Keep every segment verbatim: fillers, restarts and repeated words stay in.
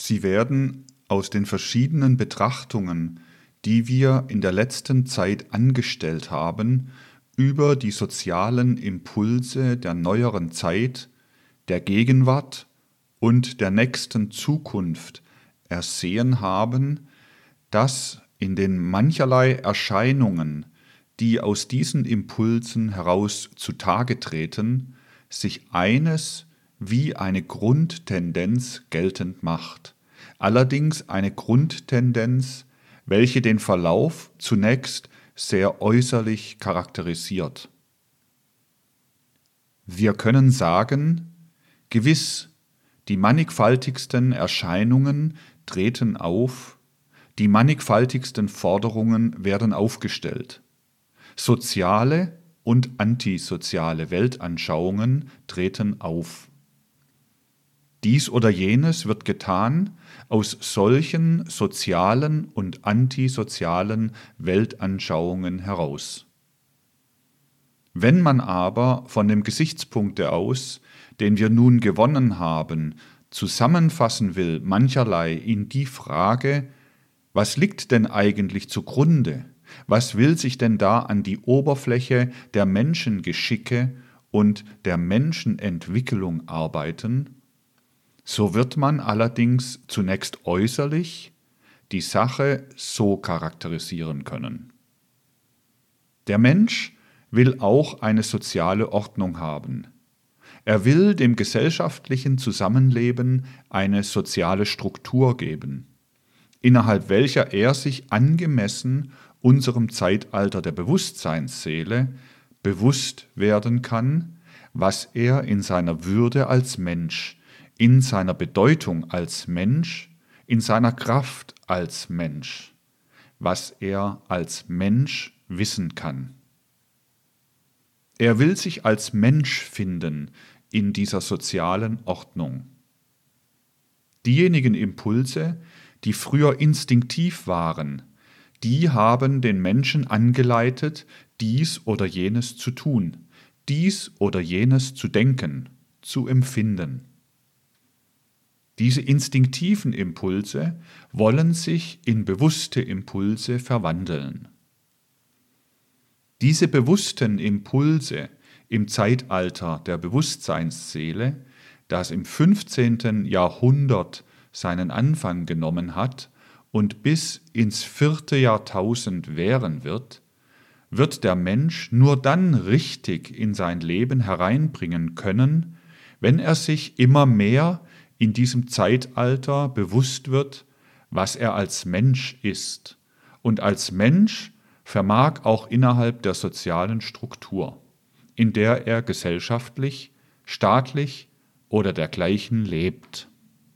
Sie werden aus den verschiedenen Betrachtungen, die wir in der letzten Zeit angestellt haben, über die sozialen Impulse der neueren Zeit, der Gegenwart und der nächsten Zukunft ersehen haben, dass in den mancherlei Erscheinungen, die aus diesen Impulsen heraus zutage treten, sich eines wie eine Grundtendenz geltend macht, allerdings eine Grundtendenz, welche den Verlauf zunächst sehr äußerlich charakterisiert. Wir können sagen, gewiss, die mannigfaltigsten Erscheinungen treten auf, die mannigfaltigsten Forderungen werden aufgestellt. Soziale und antisoziale Weltanschauungen treten auf. Dies oder jenes wird getan aus solchen sozialen und antisozialen Weltanschauungen heraus. Wenn man aber von dem Gesichtspunkte aus, den wir nun gewonnen haben, zusammenfassen will mancherlei in die Frage, was liegt denn eigentlich zugrunde? Was will sich denn da an die Oberfläche der Menschengeschicke und der Menschenentwicklung arbeiten? So wird man allerdings zunächst äußerlich die Sache so charakterisieren können. Der Mensch will auch eine soziale Ordnung haben. Er will dem gesellschaftlichen Zusammenleben eine soziale Struktur geben, innerhalb welcher er sich angemessen unserem Zeitalter der Bewusstseinsseele bewusst werden kann, was er in seiner Würde als Mensch, in seiner Bedeutung als Mensch, in seiner Kraft als Mensch, was er als Mensch wissen kann. Er will sich als Mensch finden in dieser sozialen Ordnung. Diejenigen Impulse, die früher instinktiv waren, die haben den Menschen angeleitet, dies oder jenes zu tun, dies oder jenes zu denken, zu empfinden. Diese instinktiven Impulse wollen sich in bewusste Impulse verwandeln. Diese bewussten Impulse im Zeitalter der Bewusstseinsseele, das im fünfzehnten Jahrhundert seinen Anfang genommen hat und bis ins vierte Jahrtausend währen wird, wird der Mensch nur dann richtig in sein Leben hereinbringen können, wenn er sich immer mehr in diesem Zeitalter bewusst wird, was er als Mensch ist und als Mensch vermag auch innerhalb der sozialen Struktur, in der er gesellschaftlich, staatlich oder dergleichen lebt.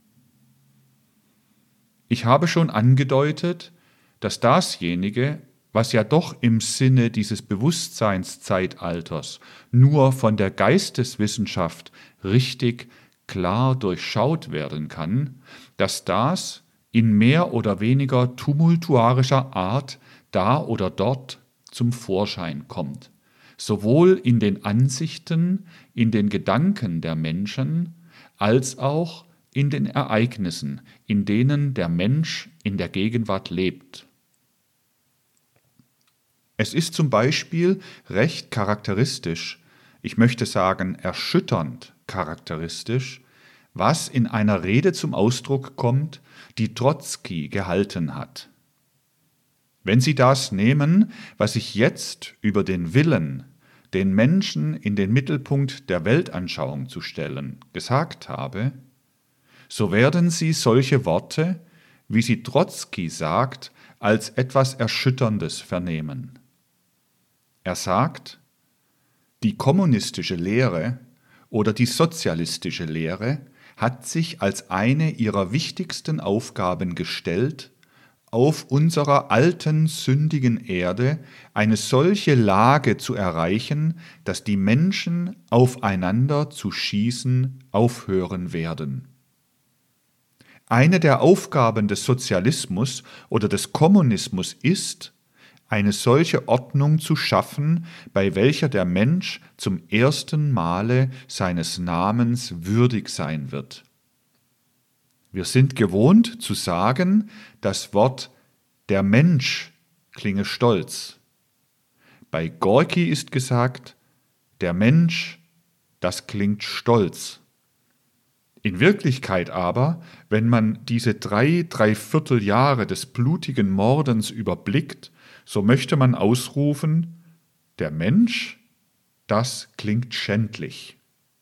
Ich habe schon angedeutet, dass dasjenige, was ja doch im Sinne dieses Bewusstseinszeitalters nur von der Geisteswissenschaft richtig klar durchschaut werden kann, dass das in mehr oder weniger tumultuarischer Art da oder dort zum Vorschein kommt, sowohl in den Ansichten, in den Gedanken der Menschen, als auch in den Ereignissen, in denen der Mensch in der Gegenwart lebt. Es ist zum Beispiel recht charakteristisch, ich möchte sagen erschütternd charakteristisch, was in einer Rede zum Ausdruck kommt, die Trotzki gehalten hat. Wenn Sie das nehmen, was ich jetzt über den Willen, den Menschen in den Mittelpunkt der Weltanschauung zu stellen, gesagt habe, so werden Sie solche Worte, wie sie Trotzki sagt, als etwas Erschütterndes vernehmen. Er sagt, die kommunistische Lehre oder die sozialistische Lehre hat sich als eine ihrer wichtigsten Aufgaben gestellt, auf unserer alten, sündigen Erde eine solche Lage zu erreichen, dass die Menschen aufeinander zu schießen aufhören werden. Eine der Aufgaben des Sozialismus oder des Kommunismus ist, eine solche Ordnung zu schaffen, bei welcher der Mensch zum ersten Male seines Namens würdig sein wird. Wir sind gewohnt zu sagen, das Wort der Mensch klinge stolz. Bei Gorki ist gesagt, der Mensch, das klingt stolz. In Wirklichkeit aber, wenn man diese drei, dreiviertel Jahre des blutigen Mordens überblickt, so möchte man ausrufen, der Mensch, das klingt schändlich.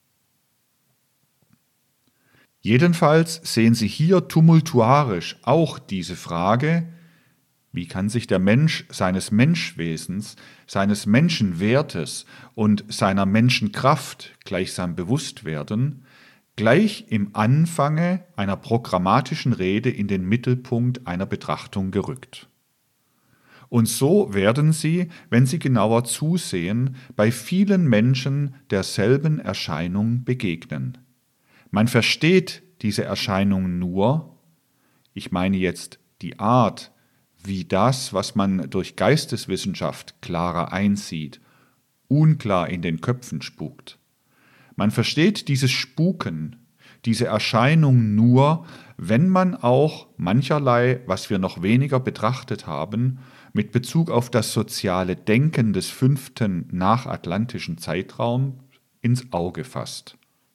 Jedenfalls sehen Sie hier tumultuarisch auch diese Frage, wie kann sich der Mensch seines Menschwesens, seines Menschenwertes und seiner Menschenkraft gleichsam bewusst werden, gleich im Anfange einer programmatischen Rede in den Mittelpunkt einer Betrachtung gerückt. Und so werden Sie, wenn Sie genauer zusehen, bei vielen Menschen derselben Erscheinung begegnen. Man versteht diese Erscheinung nur, ich meine jetzt die Art, wie das, was man durch Geisteswissenschaft klarer einsieht, unklar in den Köpfen spukt. Man versteht dieses Spuken, diese Erscheinung nur, wenn man auch mancherlei, was wir noch weniger betrachtet haben, mit Bezug auf das soziale Denken des fünften nachatlantischen Zeitraums ins Auge fasst.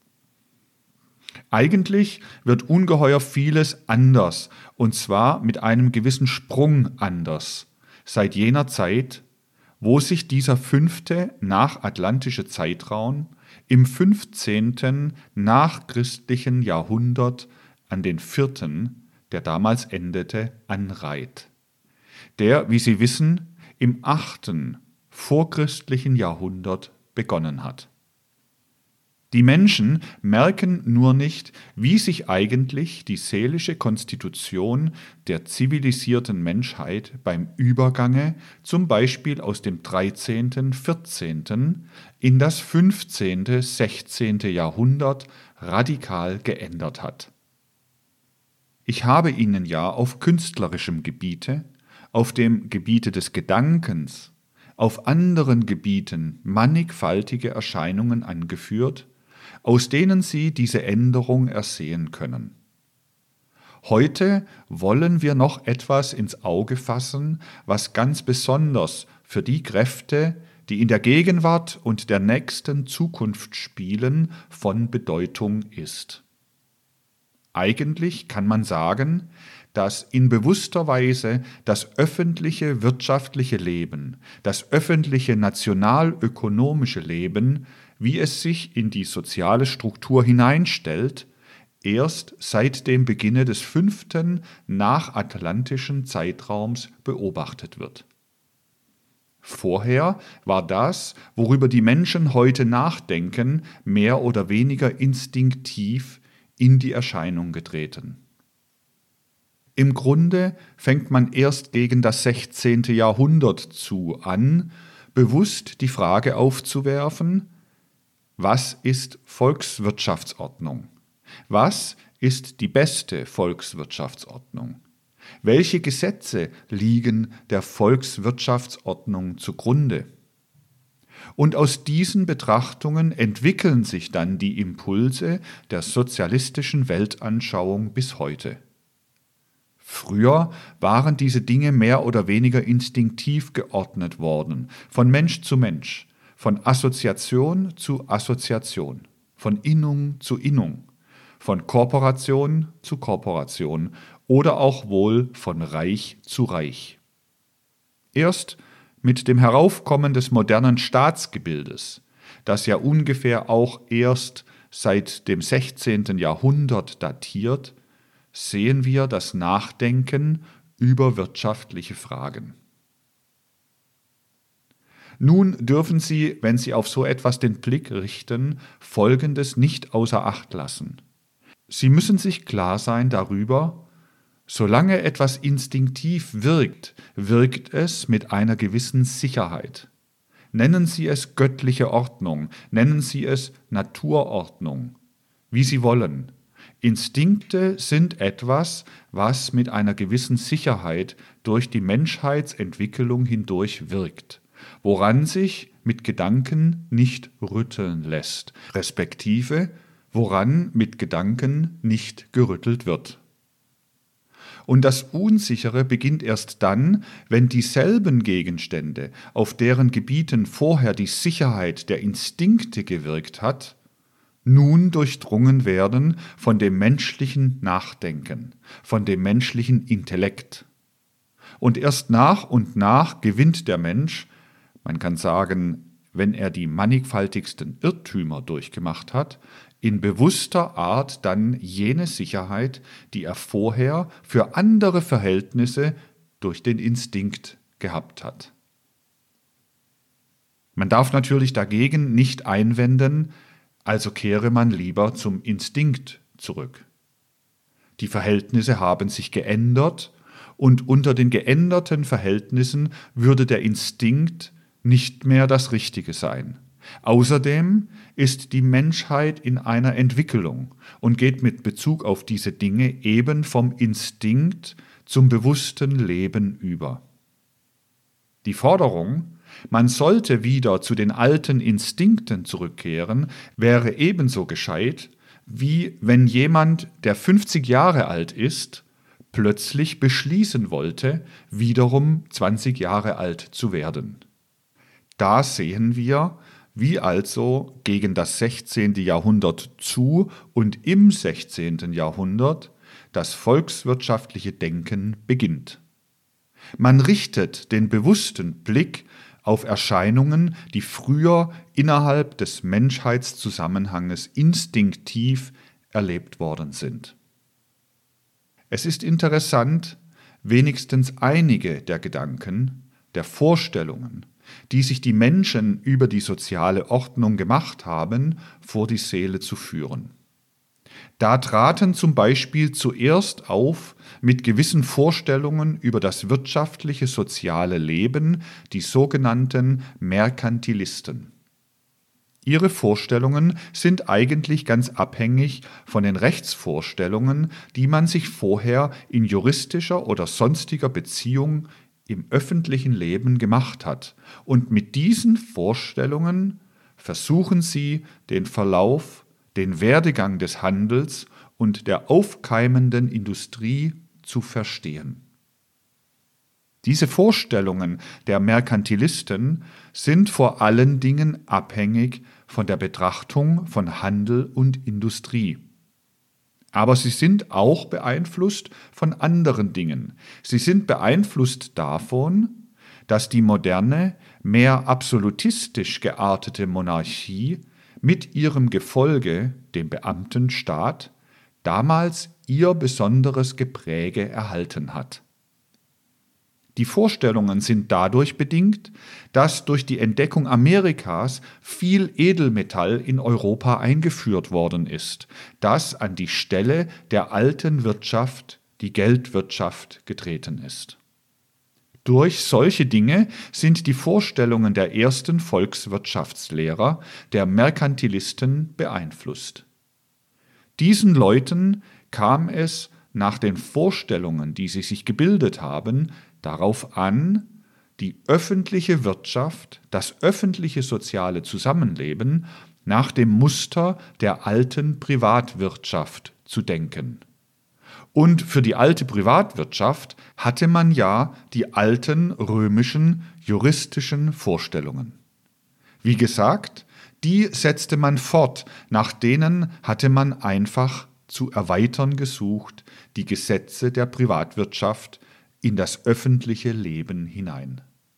Eigentlich wird ungeheuer vieles anders, und zwar mit einem gewissen Sprung anders, seit jener Zeit, wo sich dieser fünfte nachatlantische Zeitraum im fünfzehnten nachchristlichen Jahrhundert an den vierten, der damals endete, anreiht, der, wie Sie wissen, im achten vorchristlichen Jahrhundert begonnen hat. Die Menschen merken nur nicht, wie sich eigentlich die seelische Konstitution der zivilisierten Menschheit beim Übergange zum Beispiel aus dem dreizehnten, vierzehnten in das fünfzehnte, sechzehnte Jahrhundert radikal geändert hat. Ich habe Ihnen ja auf künstlerischem Gebiete, auf dem Gebiete des Gedankens, auf anderen Gebieten mannigfaltige Erscheinungen angeführt, aus denen Sie diese Änderung ersehen können. Heute wollen wir noch etwas ins Auge fassen, was ganz besonders für die Kräfte, die in der Gegenwart und der nächsten Zukunft spielen, von Bedeutung ist. Eigentlich kann man sagen, dass in bewusster Weise das öffentliche wirtschaftliche Leben, das öffentliche nationalökonomische Leben, wie es sich in die soziale Struktur hineinstellt, erst seit dem Beginne des fünften nachatlantischen Zeitraums beobachtet wird. Vorher war das, worüber die Menschen heute nachdenken, mehr oder weniger instinktiv in die Erscheinung getreten. Im Grunde fängt man erst gegen das sechzehnte Jahrhundert zu an, bewusst die Frage aufzuwerfen, was ist Volkswirtschaftsordnung? Was ist die beste Volkswirtschaftsordnung? Welche Gesetze liegen der Volkswirtschaftsordnung zugrunde? Und aus diesen Betrachtungen entwickeln sich dann die Impulse der sozialistischen Weltanschauung bis heute. Früher waren diese Dinge mehr oder weniger instinktiv geordnet worden, von Mensch zu Mensch, von Assoziation zu Assoziation, von Innung zu Innung, von Korporation zu Korporation oder auch wohl von Reich zu Reich. Erst mit dem Heraufkommen des modernen Staatsgebildes, das ja ungefähr auch erst seit dem sechzehnten Jahrhundert datiert, sehen wir das Nachdenken über wirtschaftliche Fragen. Nun dürfen Sie, wenn Sie auf so etwas den Blick richten, Folgendes nicht außer Acht lassen. Sie müssen sich klar sein darüber, solange etwas instinktiv wirkt, wirkt es mit einer gewissen Sicherheit. Nennen Sie es göttliche Ordnung, nennen Sie es Naturordnung, wie Sie wollen. Instinkte sind etwas, was mit einer gewissen Sicherheit durch die Menschheitsentwicklung hindurch wirkt, woran sich mit Gedanken nicht rütteln lässt, respektive woran mit Gedanken nicht gerüttelt wird. Und das Unsichere beginnt erst dann, wenn dieselben Gegenstände, auf deren Gebieten vorher die Sicherheit der Instinkte gewirkt hat, nun durchdrungen werden von dem menschlichen Nachdenken, von dem menschlichen Intellekt. Und erst nach und nach gewinnt der Mensch, man kann sagen, wenn er die mannigfaltigsten Irrtümer durchgemacht hat, in bewusster Art dann jene Sicherheit, die er vorher für andere Verhältnisse durch den Instinkt gehabt hat. Man darf natürlich dagegen nicht einwenden, also kehre man lieber zum Instinkt zurück. Die Verhältnisse haben sich geändert und unter den geänderten Verhältnissen würde der Instinkt nicht mehr das Richtige sein. Außerdem ist die Menschheit in einer Entwicklung und geht mit Bezug auf diese Dinge eben vom Instinkt zum bewussten Leben über. Die Forderung, man sollte wieder zu den alten Instinkten zurückkehren, wäre ebenso gescheit, wie wenn jemand, der fünfzig Jahre alt ist, plötzlich beschließen wollte, wiederum zwanzig Jahre alt zu werden. Da sehen wir, wie also gegen das sechzehnte. Jahrhundert zu und im sechzehnten. Jahrhundert das volkswirtschaftliche Denken beginnt. Man richtet den bewussten Blick auf Erscheinungen, die früher innerhalb des Menschheitszusammenhanges instinktiv erlebt worden sind. Es ist interessant, wenigstens einige der Gedanken, der Vorstellungen, die sich die Menschen über die soziale Ordnung gemacht haben, vor die Seele zu führen. Da traten zum Beispiel zuerst auf mit gewissen Vorstellungen über das wirtschaftliche soziale Leben die sogenannten Merkantilisten. Ihre Vorstellungen sind eigentlich ganz abhängig von den Rechtsvorstellungen, die man sich vorher in juristischer oder sonstiger Beziehung im öffentlichen Leben gemacht hat. Und mit diesen Vorstellungen versuchen sie, den Verlauf, den Werdegang des Handels und der aufkeimenden Industrie zu verstehen. Diese Vorstellungen der Merkantilisten sind vor allen Dingen abhängig von der Betrachtung von Handel und Industrie. Aber sie sind auch beeinflusst von anderen Dingen. Sie sind beeinflusst davon, dass die moderne, mehr absolutistisch geartete Monarchie mit ihrem Gefolge, dem Beamtenstaat, damals ihr besonderes Gepräge erhalten hat. Die Vorstellungen sind dadurch bedingt, dass durch die Entdeckung Amerikas viel Edelmetall in Europa eingeführt worden ist, das an die Stelle der alten Wirtschaft, die Geldwirtschaft, getreten ist. Durch solche Dinge sind die Vorstellungen der ersten Volkswirtschaftslehrer, der Merkantilisten, beeinflusst. Diesen Leuten kam es nach den Vorstellungen, die sie sich gebildet haben, darauf an, die öffentliche Wirtschaft, das öffentliche soziale Zusammenleben nach dem Muster der alten Privatwirtschaft zu denken. Und für die alte Privatwirtschaft hatte man ja die alten römischen juristischen Vorstellungen. Wie gesagt, die setzte man fort, nach denen hatte man einfach zu erweitern gesucht, die Gesetze der Privatwirtschaft in das öffentliche Leben hinein.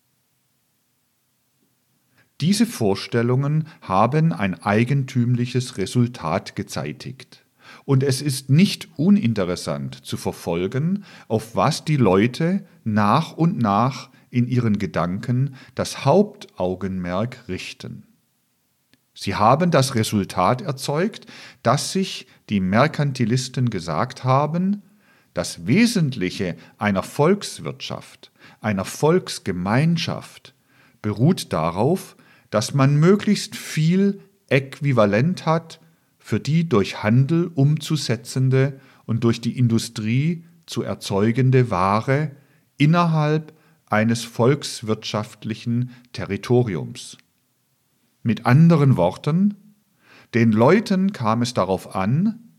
Diese Vorstellungen haben ein eigentümliches Resultat gezeitigt. Und es ist nicht uninteressant zu verfolgen, auf was die Leute nach und nach in ihren Gedanken das Hauptaugenmerk richten. Sie haben das Resultat erzeugt, dass sich die Merkantilisten gesagt haben, das Wesentliche einer Volkswirtschaft, einer Volksgemeinschaft beruht darauf, dass man möglichst viel Äquivalent hat für die durch Handel umzusetzende und durch die Industrie zu erzeugende Ware innerhalb eines volkswirtschaftlichen Territoriums. Mit anderen Worten, den Leuten kam es darauf an,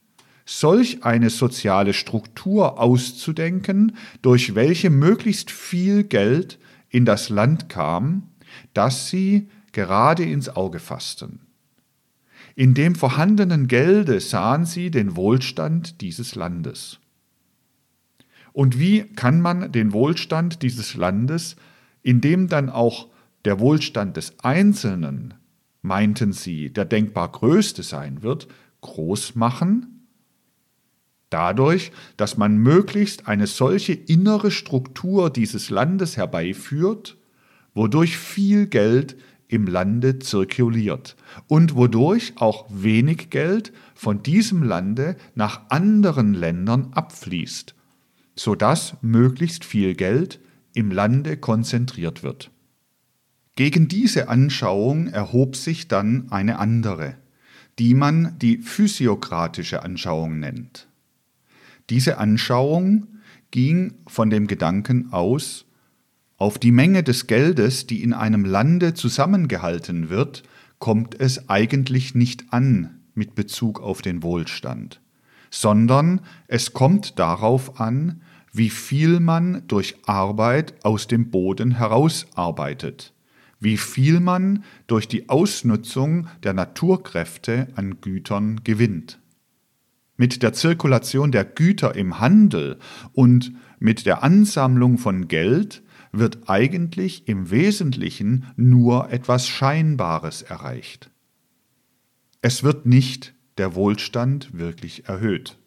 solch eine soziale Struktur auszudenken, durch welche möglichst viel Geld in das Land kam, das sie gerade ins Auge fassten. In dem vorhandenen Gelde sahen sie den Wohlstand dieses Landes. Und wie kann man den Wohlstand dieses Landes, in dem dann auch der Wohlstand des Einzelnen, meinten sie, der denkbar größte sein wird, groß machen? Dadurch, dass man möglichst eine solche innere Struktur dieses Landes herbeiführt, wodurch viel Geld im Lande zirkuliert und wodurch auch wenig Geld von diesem Lande nach anderen Ländern abfließt, sodass möglichst viel Geld im Lande konzentriert wird. Gegen diese Anschauung erhob sich dann eine andere, die man die physiokratische Anschauung nennt. Diese Anschauung ging von dem Gedanken aus, auf die Menge des Geldes, die in einem Lande zusammengehalten wird, kommt es eigentlich nicht an mit Bezug auf den Wohlstand, sondern es kommt darauf an, wie viel man durch Arbeit aus dem Boden herausarbeitet, wie viel man durch die Ausnutzung der Naturkräfte an Gütern gewinnt. Mit der Zirkulation der Güter im Handel und mit der Ansammlung von Geld wird eigentlich im Wesentlichen nur etwas Scheinbares erreicht. Es wird nicht der Wohlstand wirklich erhöht.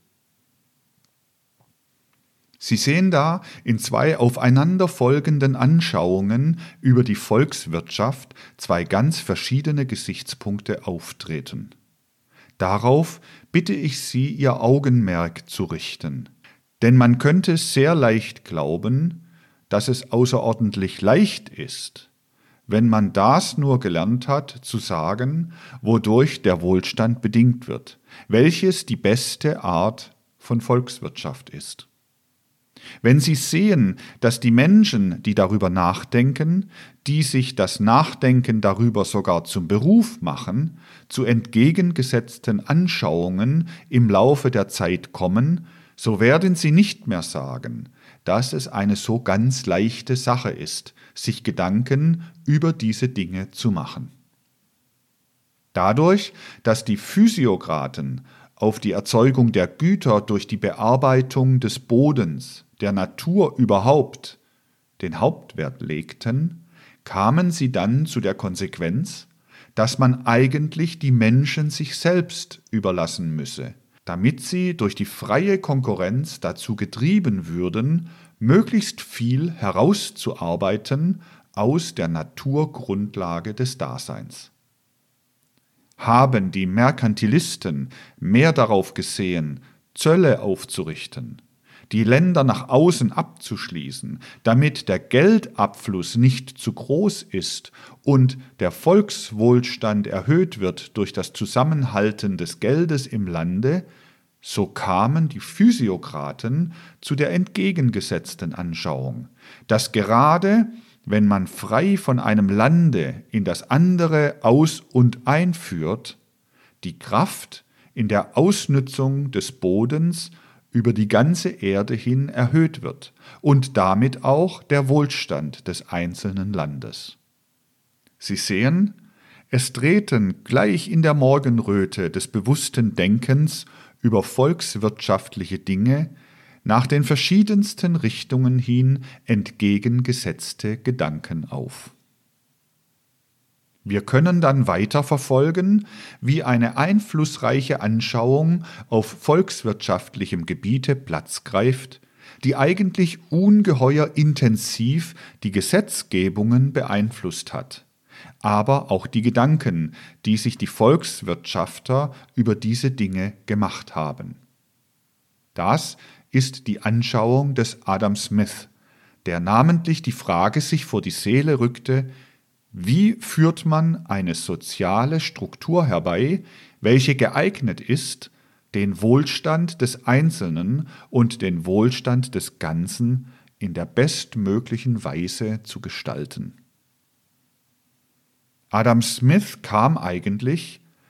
Sie sehen da in zwei aufeinanderfolgenden Anschauungen über die Volkswirtschaft zwei ganz verschiedene Gesichtspunkte auftreten. Darauf bitte ich Sie, Ihr Augenmerk zu richten, denn man könnte sehr leicht glauben, dass es außerordentlich leicht ist, wenn man das nur gelernt hat, zu sagen, wodurch der Wohlstand bedingt wird, welches die beste Art von Volkswirtschaft ist. Wenn Sie sehen, dass die Menschen, die darüber nachdenken, die sich das Nachdenken darüber sogar zum Beruf machen, zu entgegengesetzten Anschauungen im Laufe der Zeit kommen, so werden Sie nicht mehr sagen, dass es eine so ganz leichte Sache ist, sich Gedanken über diese Dinge zu machen. Dadurch, dass die Physiokraten auf die Erzeugung der Güter durch die Bearbeitung des Bodens, der Natur überhaupt, den Hauptwert legten, kamen sie dann zu der Konsequenz, dass man eigentlich die Menschen sich selbst überlassen müsse, damit sie durch die freie Konkurrenz dazu getrieben würden, möglichst viel herauszuarbeiten aus der Naturgrundlage des Daseins. Haben die Merkantilisten mehr darauf gesehen, Zölle aufzurichten, die Länder nach außen abzuschließen, damit der Geldabfluss nicht zu groß ist und der Volkswohlstand erhöht wird durch das Zusammenhalten des Geldes im Lande, so kamen die Physiokraten zu der entgegengesetzten Anschauung, dass gerade wenn man frei von einem Lande in das andere aus- und einführt, die Kraft in der Ausnützung des Bodens über die ganze Erde hin erhöht wird und damit auch der Wohlstand des einzelnen Landes. Sie sehen, es treten gleich in der Morgenröte des bewussten Denkens über volkswirtschaftliche Dinge nach den verschiedensten Richtungen hin entgegengesetzte Gedanken auf. Wir können dann weiter verfolgen, wie eine einflussreiche Anschauung auf volkswirtschaftlichem Gebiete Platz greift, die eigentlich ungeheuer intensiv die Gesetzgebungen beeinflusst hat, aber auch die Gedanken, die sich die Volkswirtschafter über diese Dinge gemacht haben. Das ist die Anschauung des Adam Smith, der namentlich die Frage sich vor die Seele rückte: Wie führt man eine soziale Struktur herbei, welche geeignet ist, den Wohlstand des Einzelnen und den Wohlstand des Ganzen in der bestmöglichen Weise zu gestalten? Adam Smith kam eigentlich,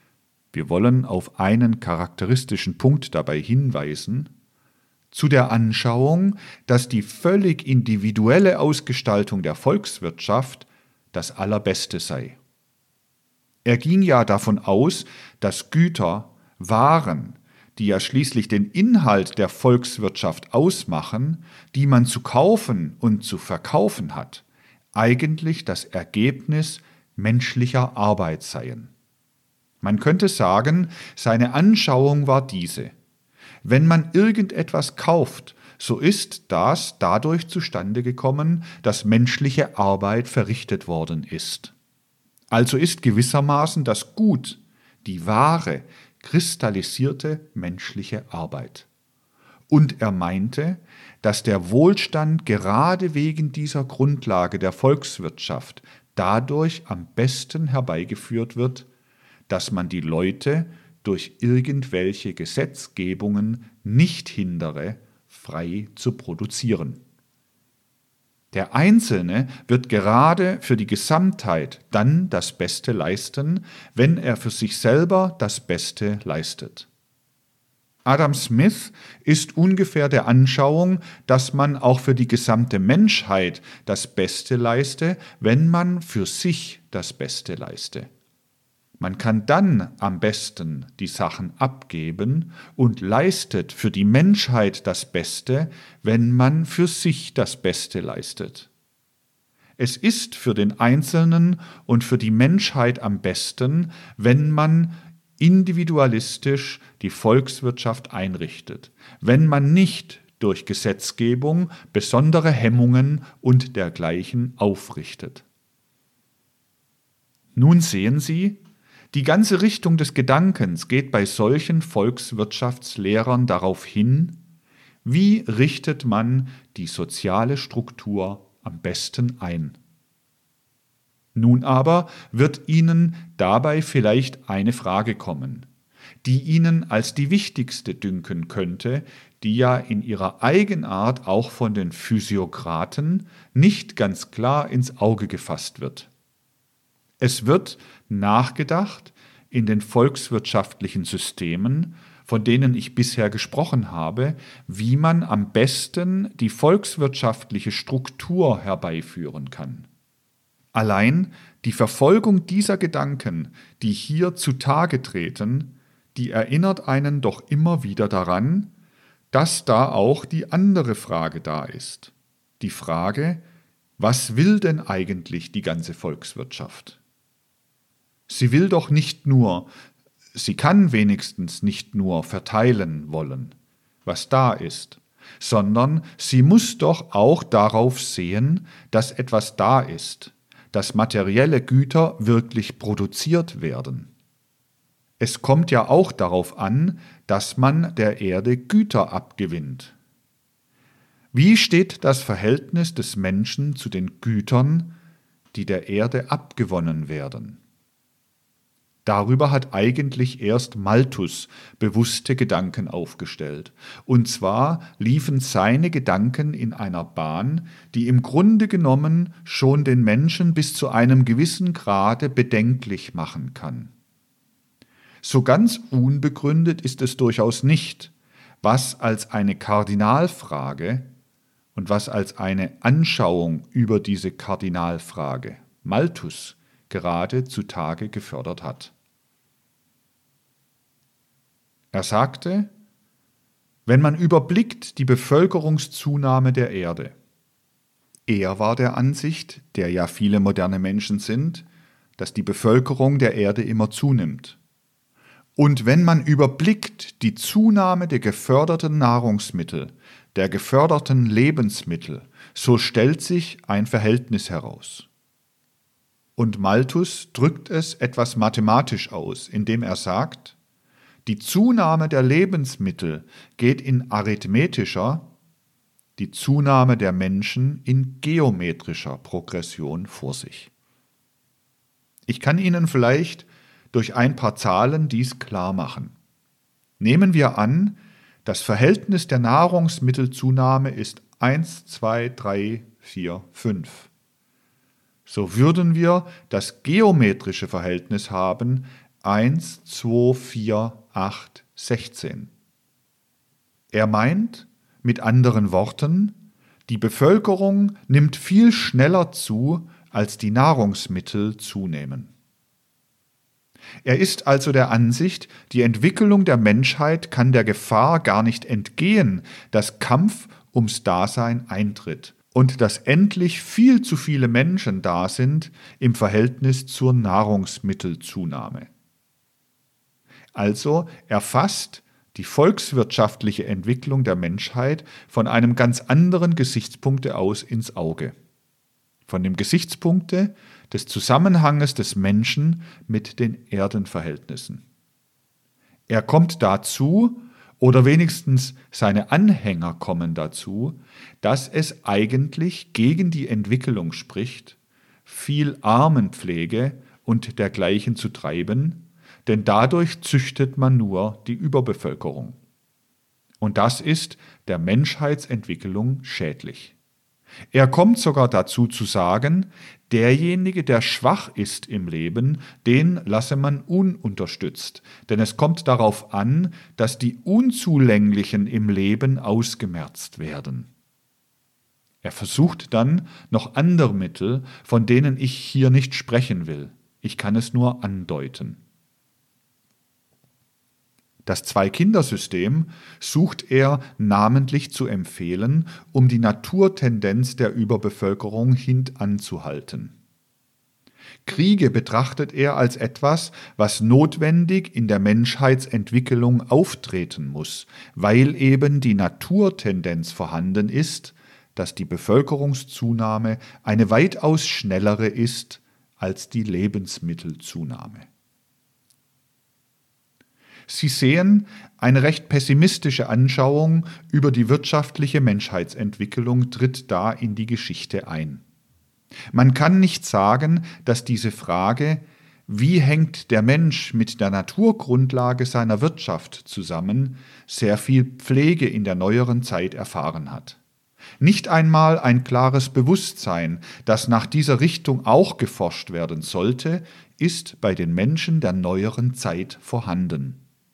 Wir wollen auf einen charakteristischen Punkt dabei hinweisen, zu der Anschauung, dass die völlig individuelle Ausgestaltung der Volkswirtschaft das Allerbeste sei. Er ging ja davon aus, dass Güter, Waren, die ja schließlich den Inhalt der Volkswirtschaft ausmachen, die man zu kaufen und zu verkaufen hat, eigentlich das Ergebnis menschlicher Arbeit seien. Man könnte sagen, seine Anschauung war diese: Wenn man irgendetwas kauft, so ist das dadurch zustande gekommen, dass menschliche Arbeit verrichtet worden ist. Also ist gewissermaßen das Gut, die Ware, kristallisierte menschliche Arbeit. Und er meinte, dass der Wohlstand gerade wegen dieser Grundlage der Volkswirtschaft dadurch am besten herbeigeführt wird, dass man die Leute durch irgendwelche Gesetzgebungen nicht hindere, frei zu produzieren. Der Einzelne wird gerade für die Gesamtheit dann das Beste leisten, wenn er für sich selber das Beste leistet. Adam Smith ist ungefähr der Anschauung, dass man auch für die gesamte Menschheit das Beste leiste, wenn man für sich das Beste leiste. Man kann dann am besten die Sachen abgeben und leistet für die Menschheit das Beste, wenn man für sich das Beste leistet. Es ist für den Einzelnen und für die Menschheit am besten, wenn man individualistisch die Volkswirtschaft einrichtet, wenn man nicht durch Gesetzgebung besondere Hemmungen und dergleichen aufrichtet. Nun sehen Sie, die ganze Richtung des Gedankens geht bei solchen Volkswirtschaftslehrern darauf hin, wie richtet man die soziale Struktur am besten ein. Nun aber wird Ihnen dabei vielleicht eine Frage kommen, die Ihnen als die wichtigste dünken könnte, die ja in ihrer Eigenart auch von den Physiokraten nicht ganz klar ins Auge gefasst wird. Es wird nachgedacht in den volkswirtschaftlichen Systemen, von denen ich bisher gesprochen habe, wie man am besten die volkswirtschaftliche Struktur herbeiführen kann. Allein die Verfolgung dieser Gedanken, die hier zutage treten, die erinnert einen doch immer wieder daran, dass da auch die andere Frage da ist. Die Frage, was will denn eigentlich die ganze Volkswirtschaft? Sie will doch nicht nur, sie kann wenigstens nicht nur verteilen wollen, was da ist, sondern sie muss doch auch darauf sehen, dass etwas da ist, dass materielle Güter wirklich produziert werden. Es kommt ja auch darauf an, dass man der Erde Güter abgewinnt. Wie steht das Verhältnis des Menschen zu den Gütern, die der Erde abgewonnen werden? Darüber hat eigentlich erst Malthus bewusste Gedanken aufgestellt. Und zwar liefen seine Gedanken in einer Bahn, die im Grunde genommen schon den Menschen bis zu einem gewissen Grade bedenklich machen kann. So ganz unbegründet ist es durchaus nicht, was als eine Kardinalfrage und was als eine Anschauung über diese Kardinalfrage Malthus gerade zutage gefördert hat. Er sagte, wenn man überblickt die Bevölkerungszunahme der Erde, er war der Ansicht, der ja viele moderne Menschen sind, dass die Bevölkerung der Erde immer zunimmt. Und wenn man überblickt die Zunahme der geförderten Nahrungsmittel, der geförderten Lebensmittel, so stellt sich ein Verhältnis heraus. Und Malthus drückt es etwas mathematisch aus, indem er sagt, die Zunahme der Lebensmittel geht in arithmetischer, die Zunahme der Menschen in geometrischer Progression vor sich. Ich kann Ihnen vielleicht durch ein paar Zahlen dies klar machen. Nehmen wir an, das Verhältnis der Nahrungsmittelzunahme ist eins, zwei, drei, vier, fünf. So würden wir das geometrische Verhältnis haben eins, zwei, vier, acht, sechzehn. Er meint, mit anderen Worten, die Bevölkerung nimmt viel schneller zu, als die Nahrungsmittel zunehmen. Er ist also der Ansicht, die Entwicklung der Menschheit kann der Gefahr gar nicht entgehen, dass Kampf ums Dasein eintritt und dass endlich viel zu viele Menschen da sind im Verhältnis zur Nahrungsmittelzunahme. Also erfasst die volkswirtschaftliche Entwicklung der Menschheit von einem ganz anderen Gesichtspunkte aus ins Auge. Von dem Gesichtspunkte des Zusammenhanges des Menschen mit den Erdenverhältnissen. Er kommt dazu, oder wenigstens seine Anhänger kommen dazu, dass es eigentlich gegen die Entwicklung spricht, viel Armenpflege und dergleichen zu treiben, denn dadurch züchtet man nur die Überbevölkerung. Und das ist der Menschheitsentwicklung schädlich. Er kommt sogar dazu zu sagen, derjenige, der schwach ist im Leben, den lasse man ununterstützt, denn es kommt darauf an, dass die Unzulänglichen im Leben ausgemerzt werden. Er versucht dann noch andere Mittel, von denen ich hier nicht sprechen will. Ich kann es nur andeuten. Das Zwei-Kinder-System sucht er namentlich zu empfehlen, um die Naturtendenz der Überbevölkerung hintanzuhalten. Kriege betrachtet er als etwas, was notwendig in der Menschheitsentwicklung auftreten muss, weil eben die Naturtendenz vorhanden ist, dass die Bevölkerungszunahme eine weitaus schnellere ist als die Lebensmittelzunahme. Sie sehen, eine recht pessimistische Anschauung über die wirtschaftliche Menschheitsentwicklung tritt da in die Geschichte ein. Man kann nicht sagen, dass diese Frage, wie hängt der Mensch mit der Naturgrundlage seiner Wirtschaft zusammen, sehr viel Pflege in der neueren Zeit erfahren hat. Nicht einmal ein klares Bewusstsein, dass nach dieser Richtung auch geforscht werden sollte, ist bei den Menschen der neueren Zeit vorhanden.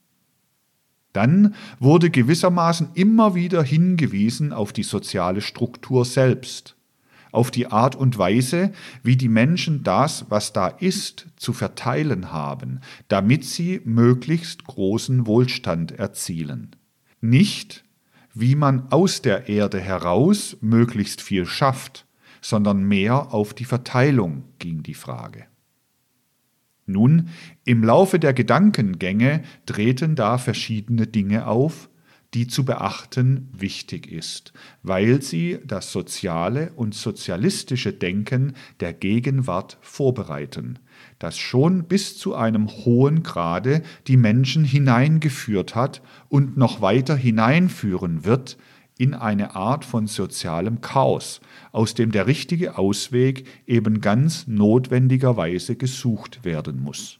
Dann wurde gewissermaßen immer wieder hingewiesen auf die soziale Struktur selbst, auf die Art und Weise, wie die Menschen das, was da ist, zu verteilen haben, damit sie möglichst großen Wohlstand erzielen. Nicht, wie man aus der Erde heraus möglichst viel schafft, sondern mehr auf die Verteilung ging die Frage. Nun, im Laufe der Gedankengänge treten da verschiedene Dinge auf, die zu beachten wichtig ist, weil sie das soziale und sozialistische Denken der Gegenwart vorbereiten, das schon bis zu einem hohen Grade die Menschen hineingeführt hat und noch weiter hineinführen wird in eine Art von sozialem Chaos, aus dem der richtige Ausweg eben ganz notwendigerweise gesucht werden muss.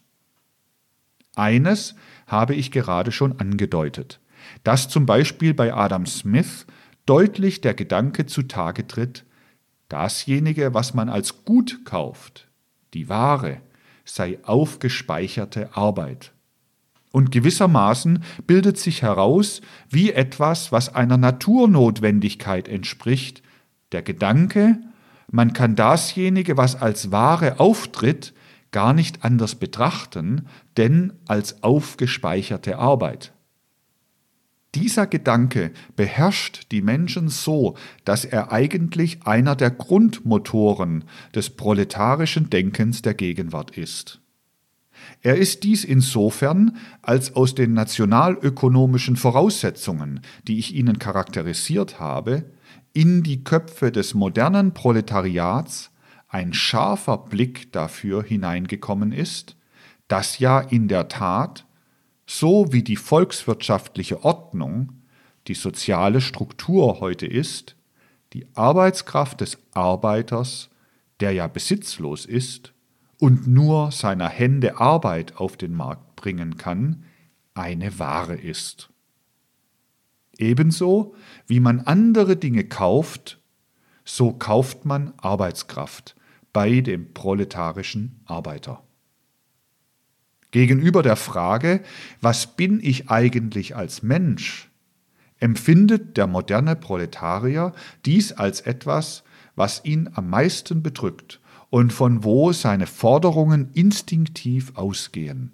Eines habe ich gerade schon angedeutet, dass zum Beispiel bei Adam Smith deutlich der Gedanke zutage tritt, dasjenige, was man als Gut kauft, die Ware, sei aufgespeicherte Arbeit. Und gewissermaßen bildet sich heraus, wie etwas, was einer Naturnotwendigkeit entspricht, der Gedanke, man kann dasjenige, was als Ware auftritt, gar nicht anders betrachten, denn als aufgespeicherte Arbeit. Dieser Gedanke beherrscht die Menschen so, dass er eigentlich einer der Grundmotoren des proletarischen Denkens der Gegenwart ist. Er ist dies insofern, als aus den nationalökonomischen Voraussetzungen, die ich Ihnen charakterisiert habe, in die Köpfe des modernen Proletariats ein scharfer Blick dafür hineingekommen ist, dass ja in der Tat, so wie die volkswirtschaftliche Ordnung, die soziale Struktur heute ist, die Arbeitskraft des Arbeiters, der ja besitzlos ist, und nur seiner Hände Arbeit auf den Markt bringen kann, eine Ware ist. Ebenso wie man andere Dinge kauft, so kauft man Arbeitskraft bei dem proletarischen Arbeiter. Gegenüber der Frage, was bin ich eigentlich als Mensch, empfindet der moderne Proletarier dies als etwas, was ihn am meisten bedrückt und von wo seine Forderungen instinktiv ausgehen.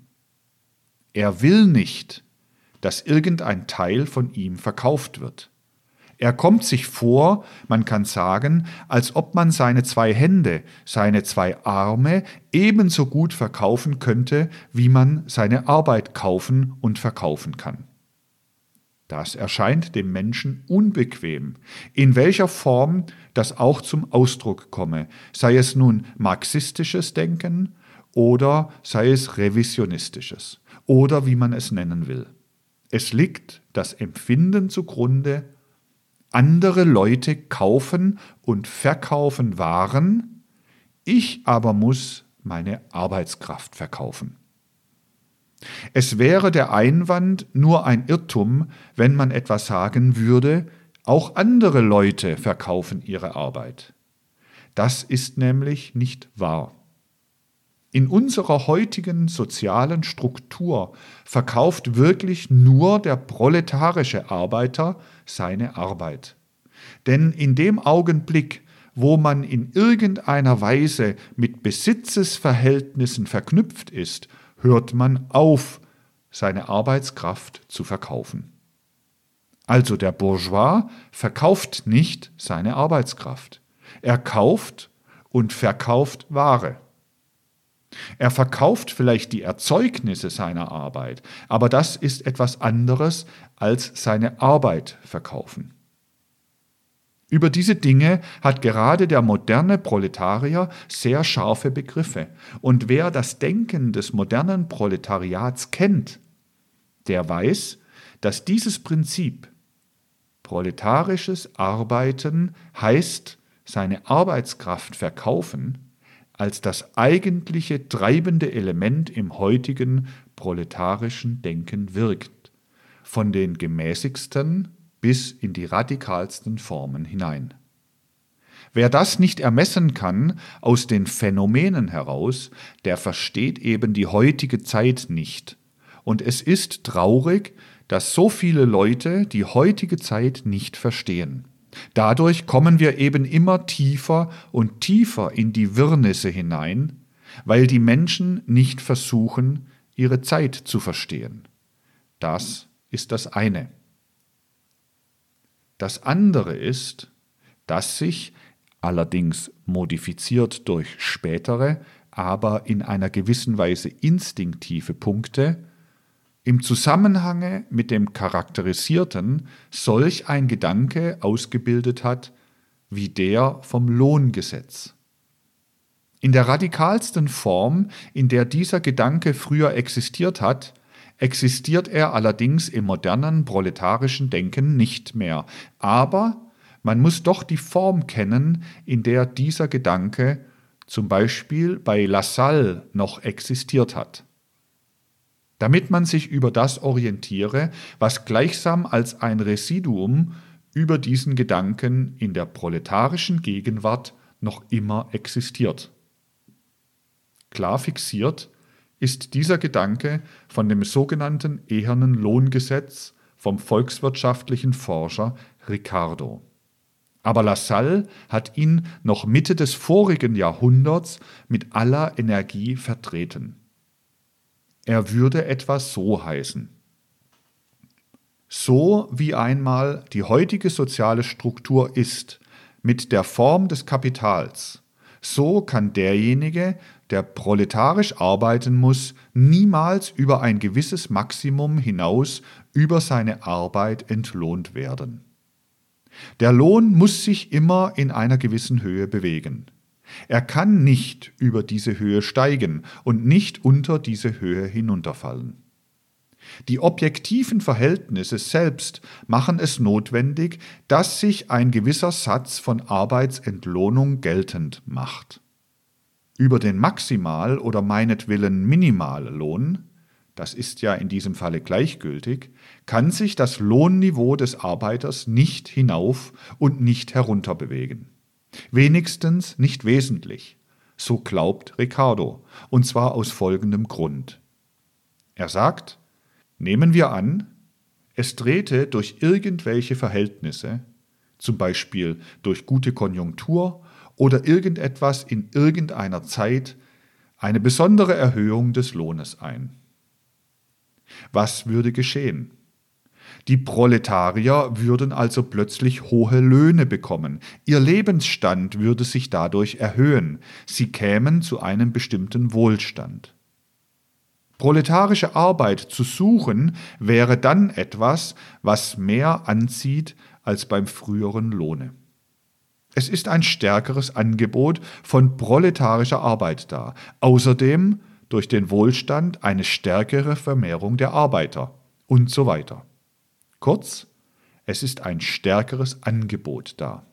Er will nicht, dass irgendein Teil von ihm verkauft wird. Er kommt sich vor, man kann sagen, als ob man seine zwei Hände, seine zwei Arme ebenso gut verkaufen könnte, wie man seine Arbeit kaufen und verkaufen kann. Das erscheint dem Menschen unbequem, in welcher Form das auch zum Ausdruck komme, sei es nun marxistisches Denken oder sei es revisionistisches oder wie man es nennen will. Es liegt das Empfinden zugrunde, andere Leute kaufen und verkaufen Waren, ich aber muss meine Arbeitskraft verkaufen. Es wäre der Einwand nur ein Irrtum, wenn man etwa sagen würde, auch andere Leute verkaufen ihre Arbeit. Das ist nämlich nicht wahr. In unserer heutigen sozialen Struktur verkauft wirklich nur der proletarische Arbeiter seine Arbeit. Denn in dem Augenblick, wo man in irgendeiner Weise mit Besitzesverhältnissen verknüpft ist, hört man auf, seine Arbeitskraft zu verkaufen. Also der Bourgeois verkauft nicht seine Arbeitskraft. Er kauft und verkauft Ware. Er verkauft vielleicht die Erzeugnisse seiner Arbeit, aber das ist etwas anderes als seine Arbeit verkaufen. Über diese Dinge hat gerade der moderne Proletarier sehr scharfe Begriffe. Und wer das Denken des modernen Proletariats kennt, der weiß, dass dieses Prinzip, proletarisches Arbeiten heißt seine Arbeitskraft verkaufen, als das eigentliche treibende Element im heutigen proletarischen Denken wirkt, von den gemäßigsten bis in die radikalsten Formen hinein. Wer das nicht ermessen kann aus den Phänomenen heraus, der versteht eben die heutige Zeit nicht. Und es ist traurig, dass so viele Leute die heutige Zeit nicht verstehen. Dadurch kommen wir eben immer tiefer und tiefer in die Wirrnisse hinein, weil die Menschen nicht versuchen, ihre Zeit zu verstehen. Das ist das eine. Das andere ist, dass sich, allerdings modifiziert durch spätere, aber in einer gewissen Weise instinktive Punkte, im Zusammenhange mit dem Charakterisierten solch ein Gedanke ausgebildet hat wie der vom Lohngesetz. In der radikalsten Form, in der dieser Gedanke früher existiert hat, existiert er allerdings im modernen proletarischen Denken nicht mehr. Aber man muss doch die Form kennen, in der dieser Gedanke zum Beispiel bei Lassalle noch existiert hat, damit man sich über das orientiere, was gleichsam als ein Residuum über diesen Gedanken in der proletarischen Gegenwart noch immer existiert. Klar fixiert ist dieser Gedanke von dem sogenannten ehernen Lohngesetz vom volkswirtschaftlichen Forscher Ricardo. Aber Lassalle hat ihn noch Mitte des vorigen Jahrhunderts mit aller Energie vertreten. Er würde etwas so heißen: So wie einmal die heutige soziale Struktur ist, mit der Form des Kapitals, so kann derjenige, der proletarisch arbeiten muss, niemals über ein gewisses Maximum hinaus über seine Arbeit entlohnt werden. Der Lohn muss sich immer in einer gewissen Höhe bewegen. Er kann nicht über diese Höhe steigen und nicht unter diese Höhe hinunterfallen. Die objektiven Verhältnisse selbst machen es notwendig, dass sich ein gewisser Satz von Arbeitsentlohnung geltend macht. Über den Maximal- oder meinetwillen Minimallohn, das ist ja in diesem Falle gleichgültig, kann sich das Lohnniveau des Arbeiters nicht hinauf und nicht herunter bewegen. Wenigstens nicht wesentlich, so glaubt Ricardo, und zwar aus folgendem Grund. Er sagt, nehmen wir an, es trete durch irgendwelche Verhältnisse, zum Beispiel durch gute Konjunktur oder irgendetwas in irgendeiner Zeit, eine besondere Erhöhung des Lohnes ein. Was würde geschehen? Die Proletarier würden also plötzlich hohe Löhne bekommen, ihr Lebensstand würde sich dadurch erhöhen, sie kämen zu einem bestimmten Wohlstand. Proletarische Arbeit zu suchen wäre dann etwas, was mehr anzieht als beim früheren Lohne. Es ist ein stärkeres Angebot von proletarischer Arbeit da. Außerdem durch den Wohlstand eine stärkere Vermehrung der Arbeiter und so weiter. Kurz, es ist ein stärkeres Angebot da.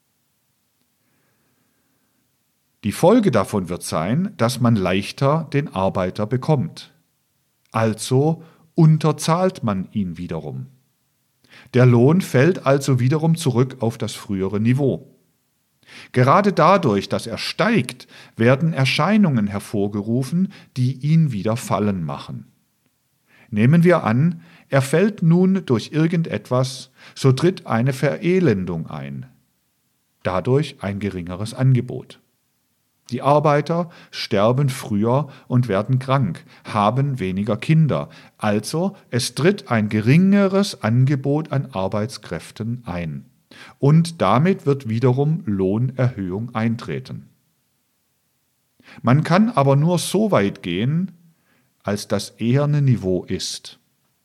Die Folge davon wird sein, dass man leichter den Arbeiter bekommt. Also unterzahlt man ihn wiederum. Der Lohn fällt also wiederum zurück auf das frühere Niveau. Gerade dadurch, dass er steigt, werden Erscheinungen hervorgerufen, die ihn wieder fallen machen. Nehmen wir an, er fällt nun durch irgendetwas, so tritt eine Verelendung ein. Dadurch ein geringeres Angebot. Die Arbeiter sterben früher und werden krank, haben weniger Kinder, also es tritt ein geringeres Angebot an Arbeitskräften ein. Und damit wird wiederum Lohnerhöhung eintreten. Man kann aber nur so weit gehen, als das eherne Niveau ist.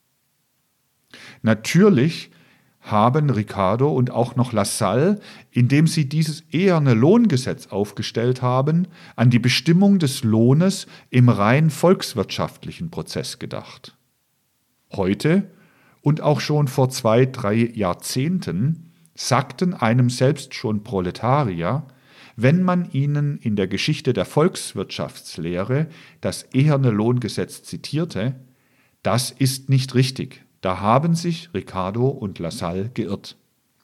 Natürlich haben Ricardo und auch noch Lassalle, indem sie dieses eherne Lohngesetz aufgestellt haben, an die Bestimmung des Lohnes im rein volkswirtschaftlichen Prozess gedacht. Heute und auch schon vor zwei, drei Jahrzehnten sagten einem selbst schon Proletarier, wenn man ihnen in der Geschichte der Volkswirtschaftslehre das eherne Lohngesetz zitierte, das ist nicht richtig. Da haben sich Ricardo und Lassalle geirrt.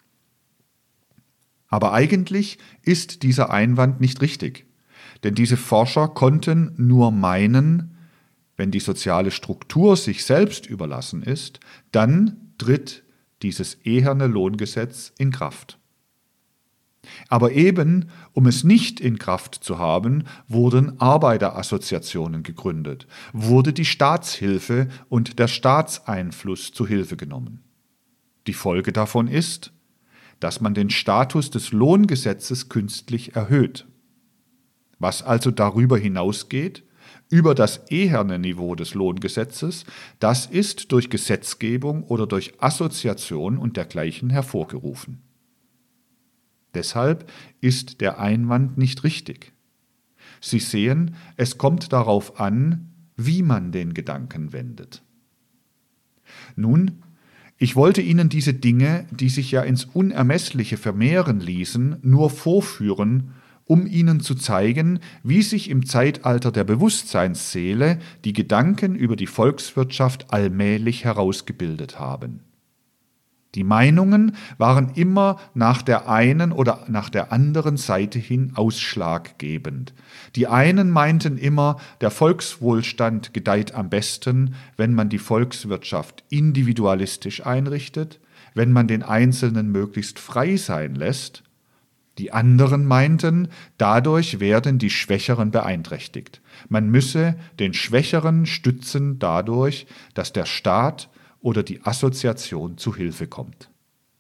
Aber eigentlich ist dieser Einwand nicht richtig, denn diese Forscher konnten nur meinen, wenn die soziale Struktur sich selbst überlassen ist, dann tritt dieses eherne Lohngesetz in Kraft. Aber eben, um es nicht in Kraft zu haben, wurden Arbeiterassoziationen gegründet, wurde die Staatshilfe und der Staatseinfluss zu Hilfe genommen. Die Folge davon ist, dass man den Status des Lohngesetzes künstlich erhöht. Was also darüber hinausgeht, über das eherne Niveau des Lohngesetzes, das ist durch Gesetzgebung oder durch Assoziation und dergleichen hervorgerufen. Deshalb ist der Einwand nicht richtig. Sie sehen, es kommt darauf an, wie man den Gedanken wendet. Nun, ich wollte Ihnen diese Dinge, die sich ja ins Unermessliche vermehren ließen, nur vorführen, um Ihnen zu zeigen, wie sich im Zeitalter der Bewusstseinsseele die Gedanken über die Volkswirtschaft allmählich herausgebildet haben. Die Meinungen waren immer nach der einen oder nach der anderen Seite hin ausschlaggebend. Die einen meinten immer, der Volkswohlstand gedeiht am besten, wenn man die Volkswirtschaft individualistisch einrichtet, wenn man den Einzelnen möglichst frei sein lässt. Die anderen meinten, dadurch werden die Schwächeren beeinträchtigt. Man müsse den Schwächeren stützen dadurch, dass der Staat oder die Assoziation zu Hilfe kommt.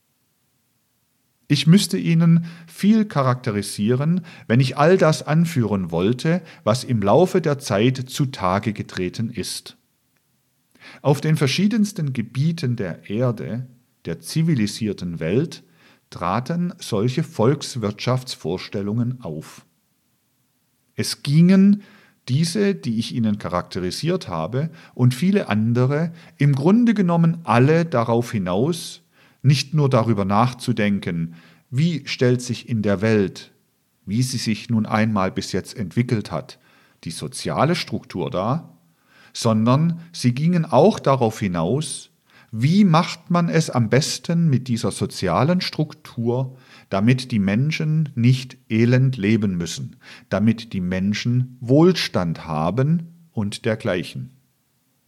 Ich müsste Ihnen viel charakterisieren, wenn ich all das anführen wollte, was im Laufe der Zeit zutage getreten ist. Auf den verschiedensten Gebieten der Erde, der zivilisierten Welt, traten solche Volkswirtschaftsvorstellungen auf. Es gingen diese, die ich Ihnen charakterisiert habe, und viele andere, im Grunde genommen alle darauf hinaus, nicht nur darüber nachzudenken, wie stellt sich in der Welt, wie sie sich nun einmal bis jetzt entwickelt hat, die soziale Struktur dar, sondern sie gingen auch darauf hinaus, wie macht man es am besten mit dieser sozialen Struktur, damit die Menschen nicht elend leben müssen, damit die Menschen Wohlstand haben und dergleichen.